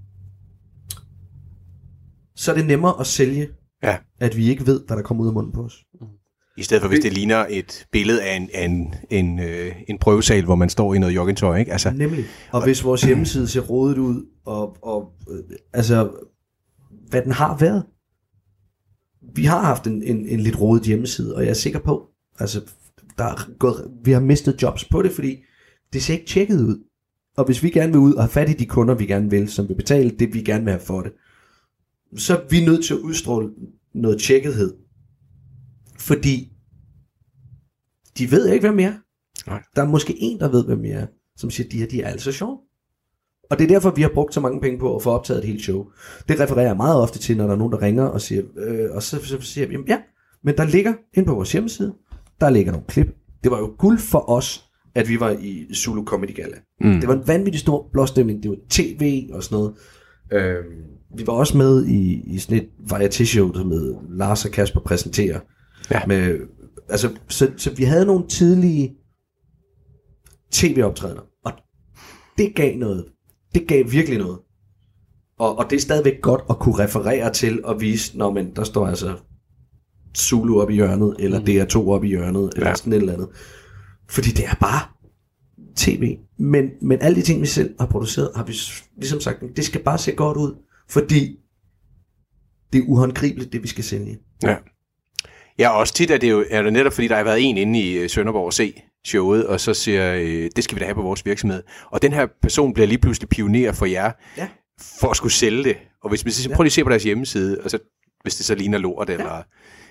så er det nemmere at sælge, at vi ikke ved, hvad der kommer ud af munden på os. I stedet for, hvis det ligner et billede af en prøvesal, hvor man står i noget joggingtøj, ikke? Altså, nemlig. Og hvis vores hjemmeside ser rodet ud, og altså, hvad den har været. Vi har haft en lidt rodet hjemmeside, og jeg er sikker på, altså, vi har mistet jobs på det, fordi det ser ikke tjekket ud. Og hvis vi gerne vil ud og have fat i de kunder, vi gerne vil, som vil betale det, vi gerne vil have for det, så er vi nødt til at udstråle noget tjekkethed. Fordi de ved ikke, hvem jeg er. Nej. Der er måske en, der ved, hvem jeg er, som siger, de er altså sjove. Og det er derfor, vi har brugt så mange penge på at få optaget et helt show. Det refererer jeg meget ofte til, når der er nogen, der ringer og siger, og så siger vi, ja, men der ligger inde på vores hjemmeside, der ligger nogle klip. Det var jo guld for os, at vi var i Zulu Comedy Gala. Det var en vanvittig stor blåstemning. Det var tv og sådan noget. Vi var også med i sådan et variety-show, der med Lars og Kasper præsenterer. Ja. Med, altså, så vi havde nogle tidlige tv-optrædener, og det gav noget. Det gav virkelig noget. Og det er stadigvæk godt at kunne referere til og vise, når man der står altså Zulu op i hjørnet, eller DR2 op i hjørnet, eller sådan et eller andet. Fordi det er bare tv. Men alle de ting, vi selv har produceret, har vi ligesom sagt, det skal bare se godt ud, fordi det er uhåndgribeligt, det vi skal sælge. Ja. Ja, også tit er det netop, fordi der har været en inde i Sønderborg og se showet, og så siger, det skal vi da have på vores virksomhed. Og den her person bliver lige pludselig pioner for jer, for at skulle sælge det. Og hvis vi prøver lige at se på deres hjemmeside, og så, hvis det så ligner lort, eller...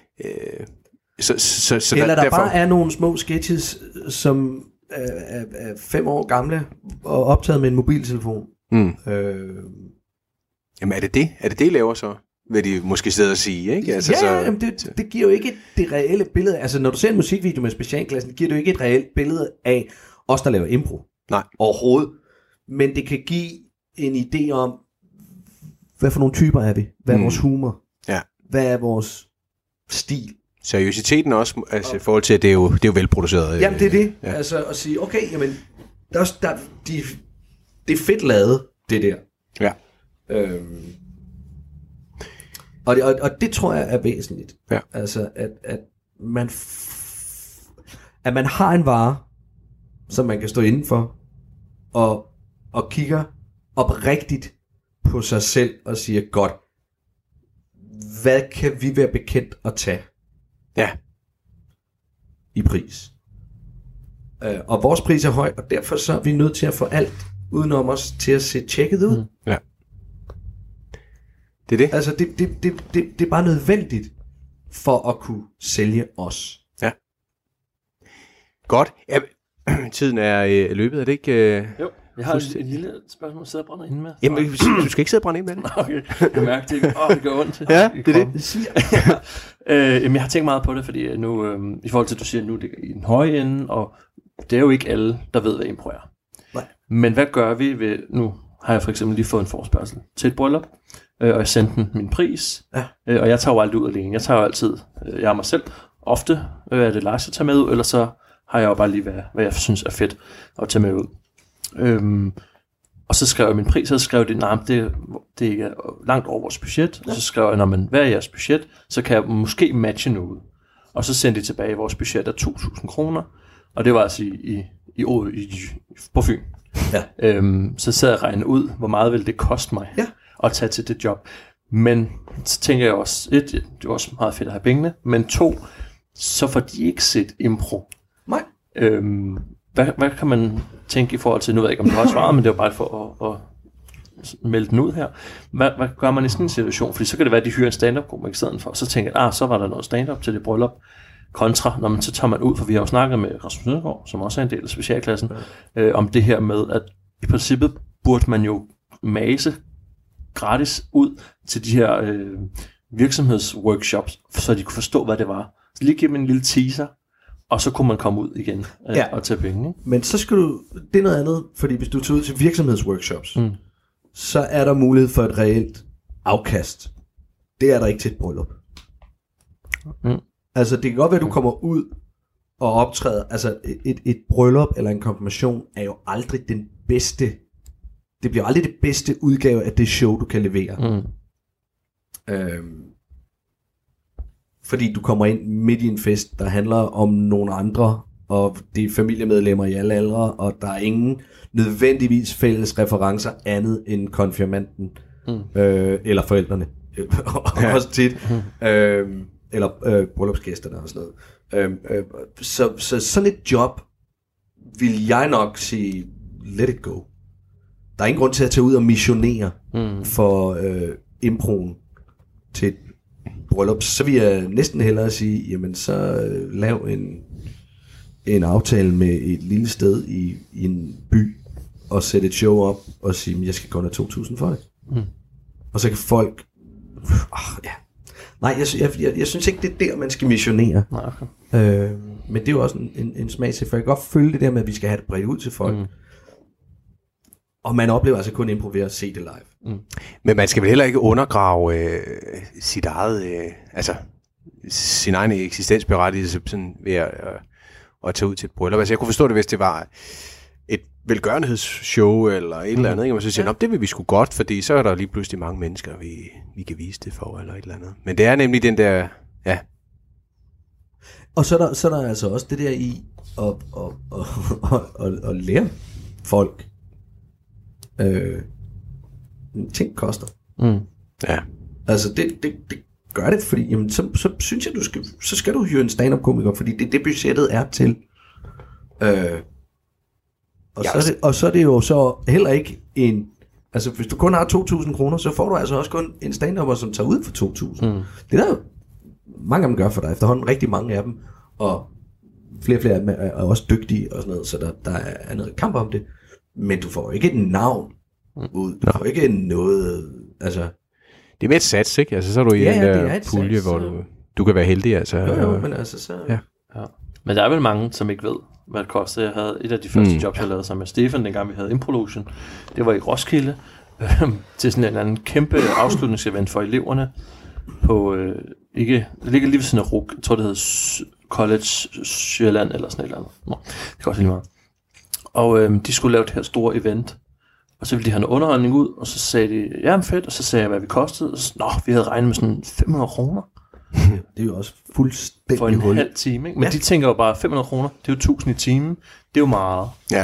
Så eller der derfor... bare er nogle små sketches, som er 5 år gamle, og optaget med en mobiltelefon. Jamen er det det? Er det det, I laver så? Vil de måske sidde og sige, ikke? Altså, jamen det giver jo ikke det reelle billede. Altså når du ser en musikvideo med specialklassen, giver det jo ikke et reelt billede af os, der laver impro. Nej. Overhovedet. Men det kan give en idé om, hvad for nogle typer er vi? Hvad er vores humor? Ja. Hvad er vores stil? Seriøsiteten også, altså i forhold til, at det er jo velproduceret. Jamen det er det. Ja. Altså at sige, okay, jamen, det er fedt lavet, det der. Ja. Og det tror jeg er væsentligt. Ja. Altså at man har en vare, som man kan stå indenfor, og kigger oprigtigt på sig selv og siger, godt, hvad kan vi være bekendt at tage? Ja. I pris. Og vores pris er høj, og derfor så er vi nødt til at få alt udenom os til at se tjekket ud. Ja. Det er det. Altså det er bare nødvendigt for at kunne sælge os. Ja. Godt. Ja, tiden er løbet, er det ikke? Jo. Jeg har et lille spørgsmål, sidder og brænder ind med. Jamen, du skal ikke sidde og brænde ind med det. Okay, jeg mærker det. Det gør ondt. Ja, det er det siger. Jamen, jeg har tænkt meget på det, fordi nu, i forhold til, at du siger, at nu det er i den høje ende, og det er jo ikke alle, der ved, hvad impro er. Nej. Men hvad gør vi ved, nu har jeg for eksempel lige fået en forespørgsel til et bryllup, og jeg sendte den min pris, og jeg tager jo aldrig ud alene. Jeg tager jo altid, jeg er mig selv. Ofte er det Lars, jeg tager med ud, eller så har jeg jo bare lige, hvad jeg synes er fedt at tage med ud. Og så skrev jeg min pris, og så skrev det ikke er langt over vores budget, og så skrev jeg, hvad er jeres budget, så kan jeg måske matche noget. Og så sendte de tilbage, vores budget er 2.000 kroner, og det var altså på Fyn. Ja. Så sad jeg og regnede ud, hvor meget ville det koste mig at tage til det job. Men så tænker jeg også, det er også meget fedt at have pengene, men 2, så får de ikke set impro. Nej. Hvad kan man tænke i forhold til, nu ved jeg ikke, om du har svaret, men det var bare for at melde den ud her. Hvad gør man i sådan en situation? Fordi så kan det være, at de hyrer en stand-up-komiker i stedet for, og så tænker jeg, så var der noget stand-up til det bryllup, kontra, når man så tager man ud, for vi har jo snakket med Rasmus Nødgaard, som også er en del af specialklassen, om det her med, at i princippet burde man jo mase gratis ud til de her virksomhedsworkshops, så de kunne forstå, hvad det var. Så lige give dem en lille teaser, og så kunne man komme ud igen og tage penge. Ikke? Men så skal du, det er noget andet, fordi hvis du tager ud til virksomhedsworkshops, så er der mulighed for et reelt afkast. Det er der ikke til et bryllup. Altså det kan godt være, at du kommer ud og optræder. Altså et bryllup eller en konfirmation er jo aldrig den bedste. Det bliver aldrig det bedste udgave af det show, du kan levere. Fordi du kommer ind midt i en fest, der handler om nogle andre, og det er familiemedlemmer i alle aldre, og der er ingen nødvendigvis fælles referencer andet end konfirmanden, eller forældrene, også tit, eller bryllupsgæsterne og sådan noget. Så sådan et job vil jeg nok sige, let it go. Der er ingen grund til at tage ud og missionere for improen til et bryllup. Så vil jeg næsten hellere sige, jamen så lav en aftale med et lille sted i en by, og sætte et show op, og sige, jeg skal gå under 2.000 for det. Og så kan folk... Nej, jeg synes ikke, det er der, man skal missionere. Nej, okay. Men det er jo også en smagsag, for jeg kan godt følge det der med, at vi skal have det bredt ud til folk. Og man oplever altså kun at improvere og se det live. Men man skal vel heller ikke undergrave sit eget, sin egen eksistensberettigelse sådan ved at tage ud til et bryllup. Altså jeg kunne forstå det, hvis det var et velgørenhedsshow eller et eller andet, ikke? Og man så siger, det vil vi sgu godt, fordi så er der lige pludselig mange mennesker, vi kan vise det for, eller et eller andet. Men det er nemlig den der, Og så er der altså også det der i at lære folk. Ting koster. Ja. Altså det gør det, fordi jamen, så synes jeg, så skal du hyre en stand-up-komiker, fordi det er det, budgettet er til. Og så er det jo så heller ikke en... Altså, hvis du kun har 2.000 kroner, så får du altså også kun en stand-upper, som tager ud for 2.000. Det er der jo mange af dem gør for dig efterhånden, rigtig mange af dem, og flere af dem er også dygtige og sådan noget, så der er noget kamp om det. Men du får ikke et navn ud. Du får ikke noget... Altså... Det er mere et sats, ikke? Altså, så er du i den der pulje, sats, hvor du kan være heldig. Altså. Jo, men altså så... Ja. Men der er vel mange, som ikke ved, hvad det koster. Jeg havde et af de første jobs, jeg lavede sammen med Stefan, dengang vi havde Improlution. Det var i Roskilde, til sådan en anden kæmpe afslutningsevent for eleverne på, det ligger lige ved siden af RUG, jeg tror det hedder College Sjælland, eller sådan et eller andet. Det kan også lige meget. Og de skulle lave det her store event, og så ville de have noget underholdning ud, og så sagde de, ja, fedt, og så sagde jeg, hvad vi kostede, og så, vi havde regnet med sådan 500 kroner. Det er jo også fuldstændig for en halv time, ikke? Men de tænker jo bare, 500 kroner, det er jo 1.000 i timen, det er jo meget. Ja.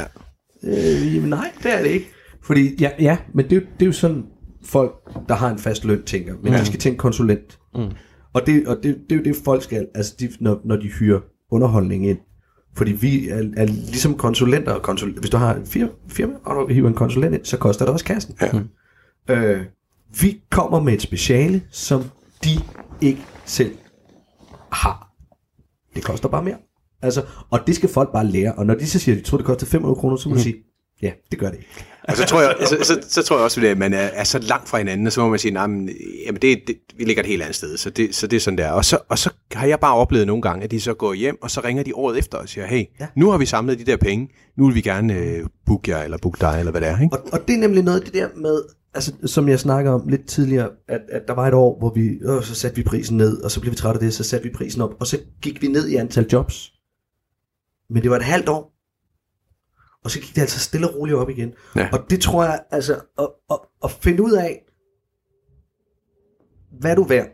Nej, det er det ikke. Fordi, ja, men det er jo sådan, folk, der har en fast løn, tænker, men de skal tænke konsulent. Og det er jo det, folk skal, altså når de hyrer underholdning ind. Fordi vi er ligesom konsulenter, hvis du har et firma, og du hiver en konsulent ind, så koster det også kassen. Ja. Vi kommer med et speciale, som de ikke selv har. Det koster bare mere. Altså, og det skal folk bare lære. Og når de så siger, at de tror, det koster 500 kroner, så må du sige, ja, det gør det ikke. Og så tror jeg også, at man er så langt fra hinanden, og så må man sige, nej, men vi ligger et helt andet sted, så det er sådan der. Og så har jeg bare oplevet nogle gange, at de så går hjem, og så ringer de året efter og siger, hey, nu har vi samlet de der penge, nu vil vi gerne booke jer, eller booke dig, eller hvad det er. Ikke? Og det er nemlig noget af det der med, altså, som jeg snakker om lidt tidligere, at der var et år, hvor vi, så satte vi prisen ned, og så blev vi trætte af det, så satte vi prisen op, og så gik vi ned i antal jobs. Men det var et halvt år. Og så gik det altså stille og roligt op igen. Ja. Og det tror jeg, altså, at finde ud af, hvad er du værd?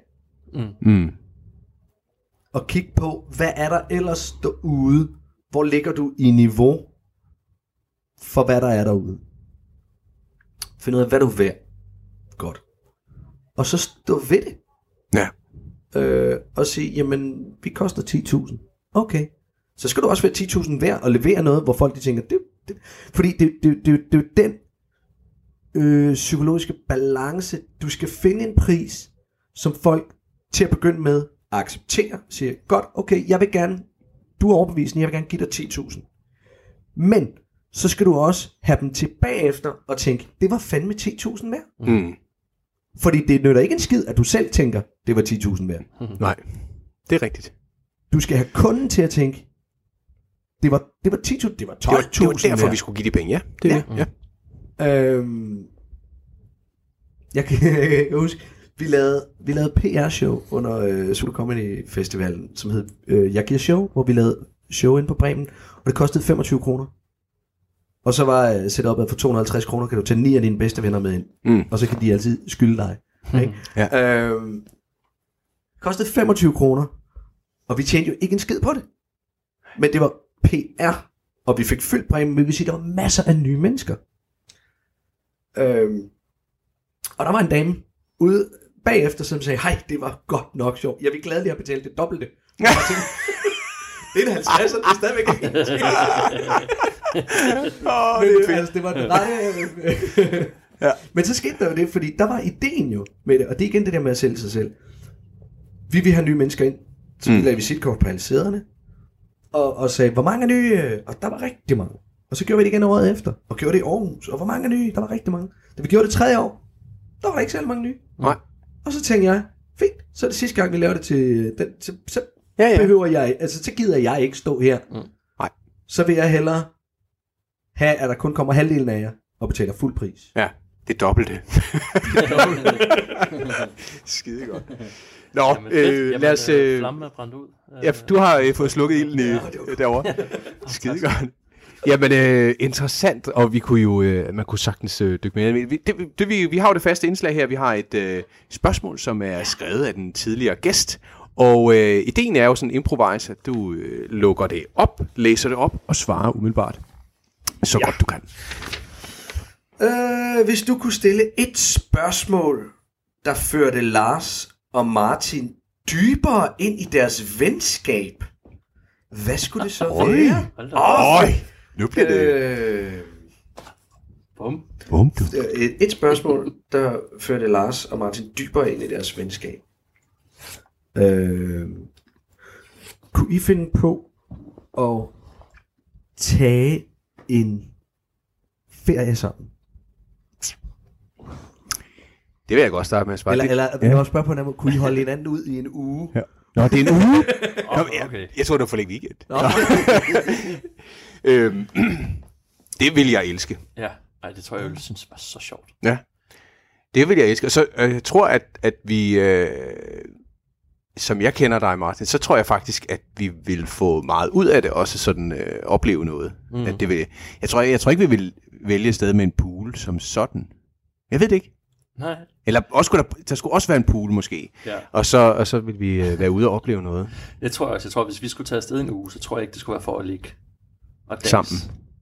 Og kigge på, hvad er der ellers derude? Hvor ligger du i niveau for, hvad der er derude? Find ud af, hvad du er værd. Godt. Og så stå ved det. Ja. Og sige, jamen, vi koster 10.000. Okay. så skal du også være 10.000 værd og levere noget, hvor folk de tænker, fordi det er jo den psykologiske balance. Du skal finde en pris, som folk til at begynde med accepterer, siger, godt, okay, jeg vil gerne, du er overbevisende, jeg vil gerne give dig 10.000. Men så skal du også have dem tilbage efter og tænke, det var fandme 10.000 værd. Mm. Fordi det nytter ikke en skid, at du selv tænker, det var 10.000 værd. Nej, det er rigtigt. Du skal have kunden til at tænke, det var 10.000, det var 12.000 Det var derfor, værd. vi skulle give de penge, ja. Det er det. Ja. Jeg kan huske, vi lavede PR-show under Zulu Comedy Festivalen, som hed Jeg giver show, hvor vi lavede show inde på Bremen, og det kostede 25 kroner. Og så var setup'et for 250 kroner, kan du tage 9 af dine bedste venner med ind, og så kan de altid skylde dig. Ikke? Ja. Kostede 25 kroner, og vi tjente jo ikke en skid på det. Men det var PR, og vi fik fyldt Bremen, men vi vil sige, der var masser af nye mennesker. Og der var en dame ude bagefter, som sagde, hej, det var godt nok sjovt. Jeg vil gladelig have betalt det dobbelte. Og jeg tænkte, det er en 50'er, det er stadigvæk ikke. Det var ja. Men så skete der jo det, fordi der var ideen jo med det, og det er igen det der med at sælge sig selv. Vi vil have nye mennesker ind, så vi lavede visitkort på alle sæderne, og sagde, hvor mange er nye? Og der var rigtig mange. Og så gjorde vi det igen året efter, og gjorde det i Aarhus, og hvor mange er nye? Der var rigtig mange. Da vi gjorde det 3. år, der var ikke særlig mange nye. Nej. Og så tænkte jeg, fint, så er det sidste gang, vi laver det til den, så behøver jeg, altså så gider jeg ikke stå her. Nej. Så vil jeg hellere have, at der kun kommer halvdelen af jer og betaler fuld pris. Ja, det er dobbelte. Skide godt. Nå, lad os... Flammen er brændt ud. Ja, du har fået slukket ilden derovre. Skide godt. Jamen, interessant, og vi kunne jo, man kunne sagtens dykke med. Vi har jo det faste indslag her. Vi har et spørgsmål, som er skrevet af den tidligere gæst. Og ideen er jo sådan en improvise, at du lukker det op, læser det op og svarer umiddelbart. Så godt du kan. Hvis du kunne stille et spørgsmål, der førte Lars og Martin dybere ind i deres venskab, hvad skulle det så være? Nu bliver det... Bum. Et spørgsmål, der førte Lars og Martin dybere ind i deres venskab. Kunne I finde på at tage en ferie sammen? Det vil jeg godt starte med at svare. Eller jeg vil spørge på en anden måde. Kunne I holde hinanden ud i en uge? Ja. Nå, det er en uge? Okay. Jeg tror, det var for længe weekend. Det vil jeg elske. Ja, det tror jeg synes var så sjovt. Ja, det vil jeg elske. Så jeg tror, at vi, som jeg kender dig, Martin, så tror jeg faktisk, at vi vil få meget ud af det, også sådan opleve noget. At det vil, jeg tror ikke, vi vil vælge et sted med en pool som sådan. Jeg ved det ikke. Nej. Eller også der skulle også være en pool måske. Ja. Og så vil vi være ude og opleve noget. Jeg tror, hvis vi skulle tage afsted en uge, så tror jeg ikke, det skulle være for at ligge og danse. Sammen.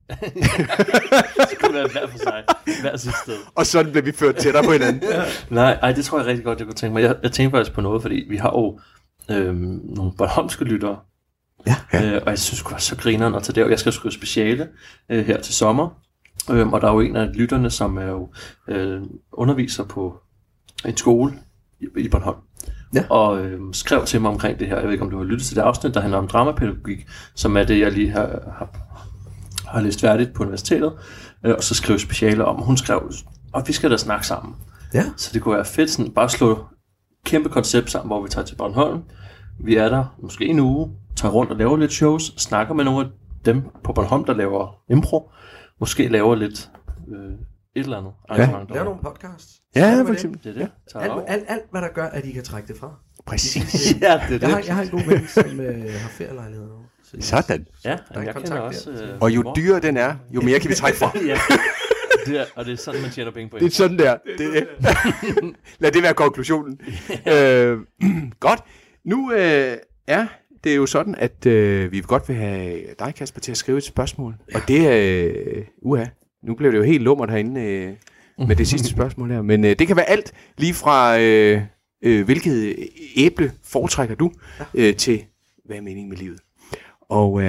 Så kunne det være hver for sig. Hver sit sted. Og sådan bliver vi ført tættere på hinanden. Nej, det tror jeg rigtig godt, jeg kunne tænke mig. Jeg tænker faktisk på noget, fordi vi har jo nogle bornholmske lyttere. Ja. Og jeg synes, det kunne være så grineren at tage der. Jeg skal skrive speciale her til sommer. Og der er jo en af lytterne, som er jo underviser på en skole i Bornholm. Ja. Og skrev til mig omkring det her. Jeg ved ikke, om du har lyttet til det afsnit, der handler om dramapædagogik, som er det, jeg lige har læst færdigt på universitetet, og så skrev speciale om. Hun skrev, og vi skal da snakke sammen. Ja. Så det kunne være fedt, sådan, bare slå kæmpe koncept sammen, hvor vi tager til Bornholm. Vi er der måske en uge, tager rundt og laver lidt shows, snakker med nogle af dem på Bornholm, der laver impro. Måske laver lidt et eller andet arrangement. Laver nogle podcasts. Ja, for eksempel. Det er det. Alt, hvad der gør, at I kan trække det fra. Præcis. Ja, det er det. Jeg har en god ven, som har ferielejligheder nu. Sådan. Ja, jeg kender også. Og jo dyrere den er, jo mere kan vi trække fra. Ja. Og det er sådan, man tjener penge på. Det er sådan der. Lad det være konklusionen. Godt. Nu det er jo sådan, at vi godt vil have dig, Kasper, til at skrive et spørgsmål. Og det er... nu blev det jo helt lummert herinde med det sidste spørgsmål her. Men det kan være alt, lige fra hvilket æble foretrækker du, til hvad er meningen med livet. Og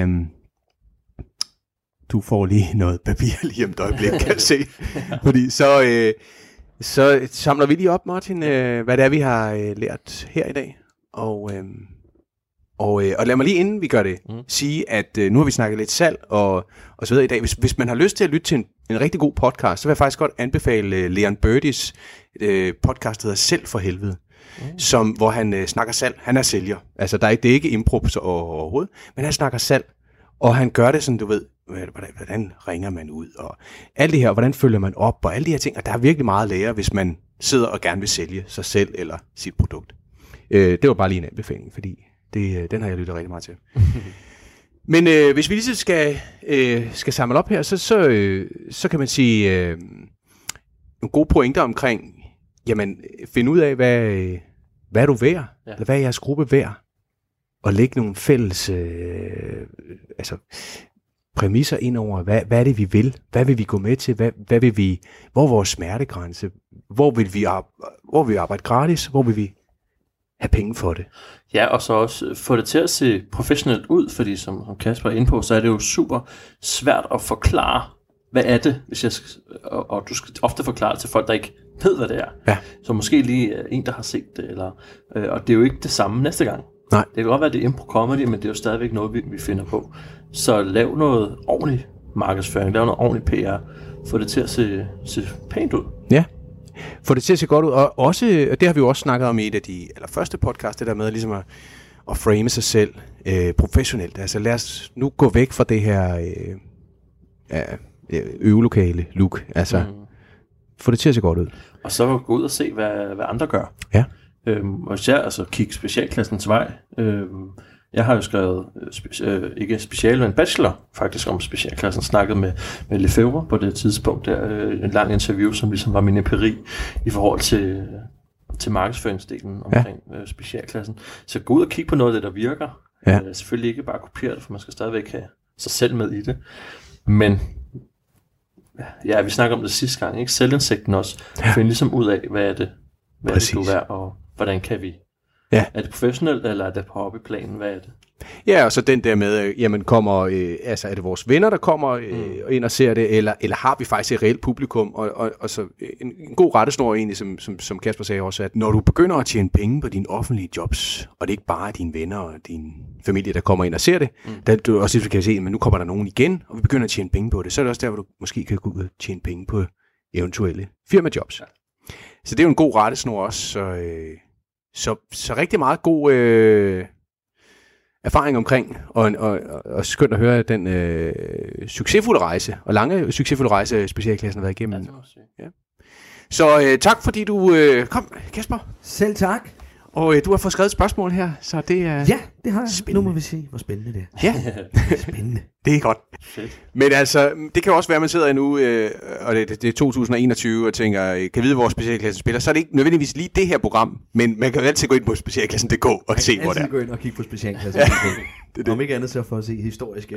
du får lige noget papir lige om et øjeblik, kan jeg se. Fordi så samler vi lige op, Martin, hvad det er, vi har lært her i dag. Og lad mig lige inden vi gør det, sige, at nu har vi snakket lidt salg og så videre i dag. Hvis man har lyst til at lytte til en rigtig god podcast, så vil jeg faktisk godt anbefale Leon Birdys podcast, der hedder Sælg for helvede, hvor han snakker salg. Han er sælger. Altså, det er ikke impro overhovedet, men han snakker salg. Og han gør det sådan, du ved, hvordan ringer man ud, og alt det her, hvordan følger man op, og alle de her ting. Og der er virkelig meget at lære, hvis man sidder og gerne vil sælge sig selv eller sit produkt. Det var bare lige en anbefaling, fordi den har jeg lyttet rigtig meget til. Men hvis vi lige skal samle op her, så kan man sige nogle gode pointer omkring, jamen, finde ud af, hvad er du værd, eller hvad er jeres gruppe værd, og lægge nogle fælles præmisser ind over, hvad er det, vi vil, hvad vil vi gå med til, hvad vil vi, hvor er vores smertegrænse, hvor vil vi arbejde gratis, hvor vil vi have penge for det. Ja, og så også få det til at se professionelt ud, fordi som Kasper er inde på, så er det jo super svært at forklare, hvad er det, og du skal ofte forklare til folk, der ikke ved, hvad det er. Ja. Så måske lige en, der har set det, og det er jo ikke det samme næste gang. Nej. Det kan godt være, det er impro-comedy, men det er jo stadigvæk noget, vi finder på. Så lav noget ordentlig markedsføring, lav noget ordentlig PR, få det til at se pænt ud. Ja. Få det til at se godt ud, og også, og det har vi jo også snakket om i et af de allerførste podcast, det der med ligesom at frame sig selv professionelt. Altså lad os nu gå væk fra det her øvelokale look. Altså få det til at se godt ud. Og så gå ud og se, hvad andre gør. Ja. Og især kigge specialklassens vej. Jeg har jo skrevet, ikke special, men bachelor faktisk om specialklassen, snakket med Lefebvre på det tidspunkt, en lang interview, som ligesom var min empiri i forhold til markedsføringsdelen omkring specialklassen. Så gå ud og kigge på noget af det, der virker. Ja. Selvfølgelig ikke bare kopiere det, for man skal stadigvæk have sig selv med i det. Men ja, vi snakker om det sidste gang, ikke? Selvindsigten også. Finde ligesom ud af, hvad er det du er, og hvordan kan vi? Ja. Er det professionelt, eller er det på hobbyplanen? Hvad er det? Ja, og så den der med, jamen kommer, er det vores venner, der kommer ind og ser det, eller har vi faktisk et reelt publikum? Og så en god rettesnor egentlig, som Kasper sagde også, at når du begynder at tjene penge på dine offentlige jobs, og det ikke bare er dine venner og din familie, der kommer ind og ser det, da du også kan se, men nu kommer der nogen igen, og vi begynder at tjene penge på det, så er det også der, hvor du måske kan gå ud og tjene penge på eventuelle firmajobs. Ja. Så det er jo en god rettesnor også, så rigtig meget god erfaring omkring, og skønt at høre den succesfulde rejse, og lange succesfulde rejse, specialklassen har været igennem. Ja. Så tak fordi du kom, Kasper. Selv tak. Og du har fået skrevet et spørgsmål her, så det er... Ja, det har jeg. Spændende. Nu må vi se, hvor spændende det er. Ja, spændende. Det er godt. Fedt. Men altså, det kan også være, at man sidder nu, og det er 2021, og tænker, kan vide, hvor specialklassen spiller, så er det ikke nødvendigvis lige det her program, men man kan altid gå ind på specialklassen.dk og se, hvor det er. Man kan altid gå ind og kigge på specialklassen. Det. Om ikke andet så for at se historiske...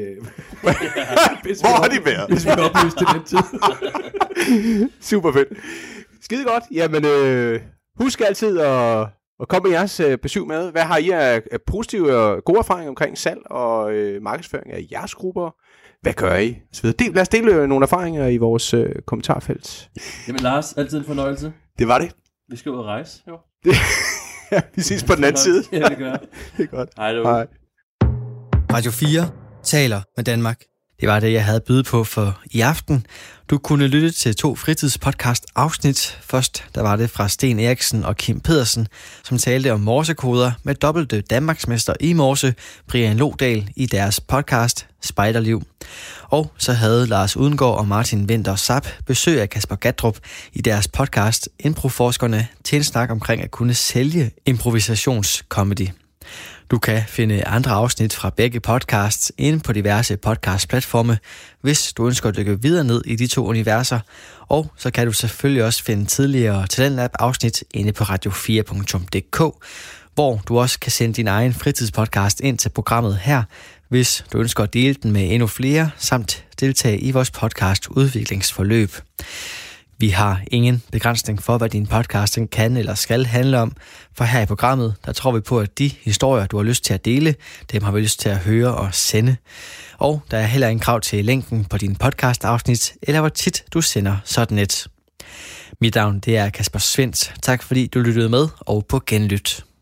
Hvor har de været? Hvis vi kan oplyse til den tid. Super fedt. Skide godt. Jamen, husk altid at komme med jeres besøg med. Hvad har I af positive og gode erfaringer omkring salg og markedsføring af jeres grupper? Hvad gør I? Lad os dele nogle erfaringer i vores kommentarfelt. Jamen Lars, altid en fornøjelse. Det var det. Vi skal ud og rejse, jo. Ja, vi ses på den anden side. Ja, det gør. Det er godt. Hej. Radio 4 taler med Danmark. Det var det, jeg havde at byde på for i aften. Du kunne lytte til 2 fritidspodcast-afsnit. Først der var det fra Sten Eriksen og Kim Pedersen, som talte om morsekoder med dobbelte Danmarksmester i morse, Brian Lodal, i deres podcast Spejderliv. Og så havde Lars Udengård og Martin Winther Sapp besøg af Kasper Gattrup i deres podcast Improforskerne til en snak omkring at kunne sælge improvisationscomedy. Du kan finde andre afsnit fra begge podcasts inde på diverse podcastplatforme, hvis du ønsker at dykke videre ned i de 2 universer. Og så kan du selvfølgelig også finde tidligere Talentlab-afsnit inde på radio4.dk, hvor du også kan sende din egen fritidspodcast ind til programmet her, hvis du ønsker at dele den med endnu flere, samt deltage i vores podcast udviklingsforløb. Vi har ingen begrænsning for, hvad din podcast kan eller skal handle om, for her i programmet, der tror vi på, at de historier, du har lyst til at dele, dem har vi lyst til at høre og sende. Og der er heller ingen krav til længden på din podcast-afsnit, eller hvor tit du sender sådan et. Mit navn, det er Kasper Svendt. Tak fordi du lyttede med, og på genlyt.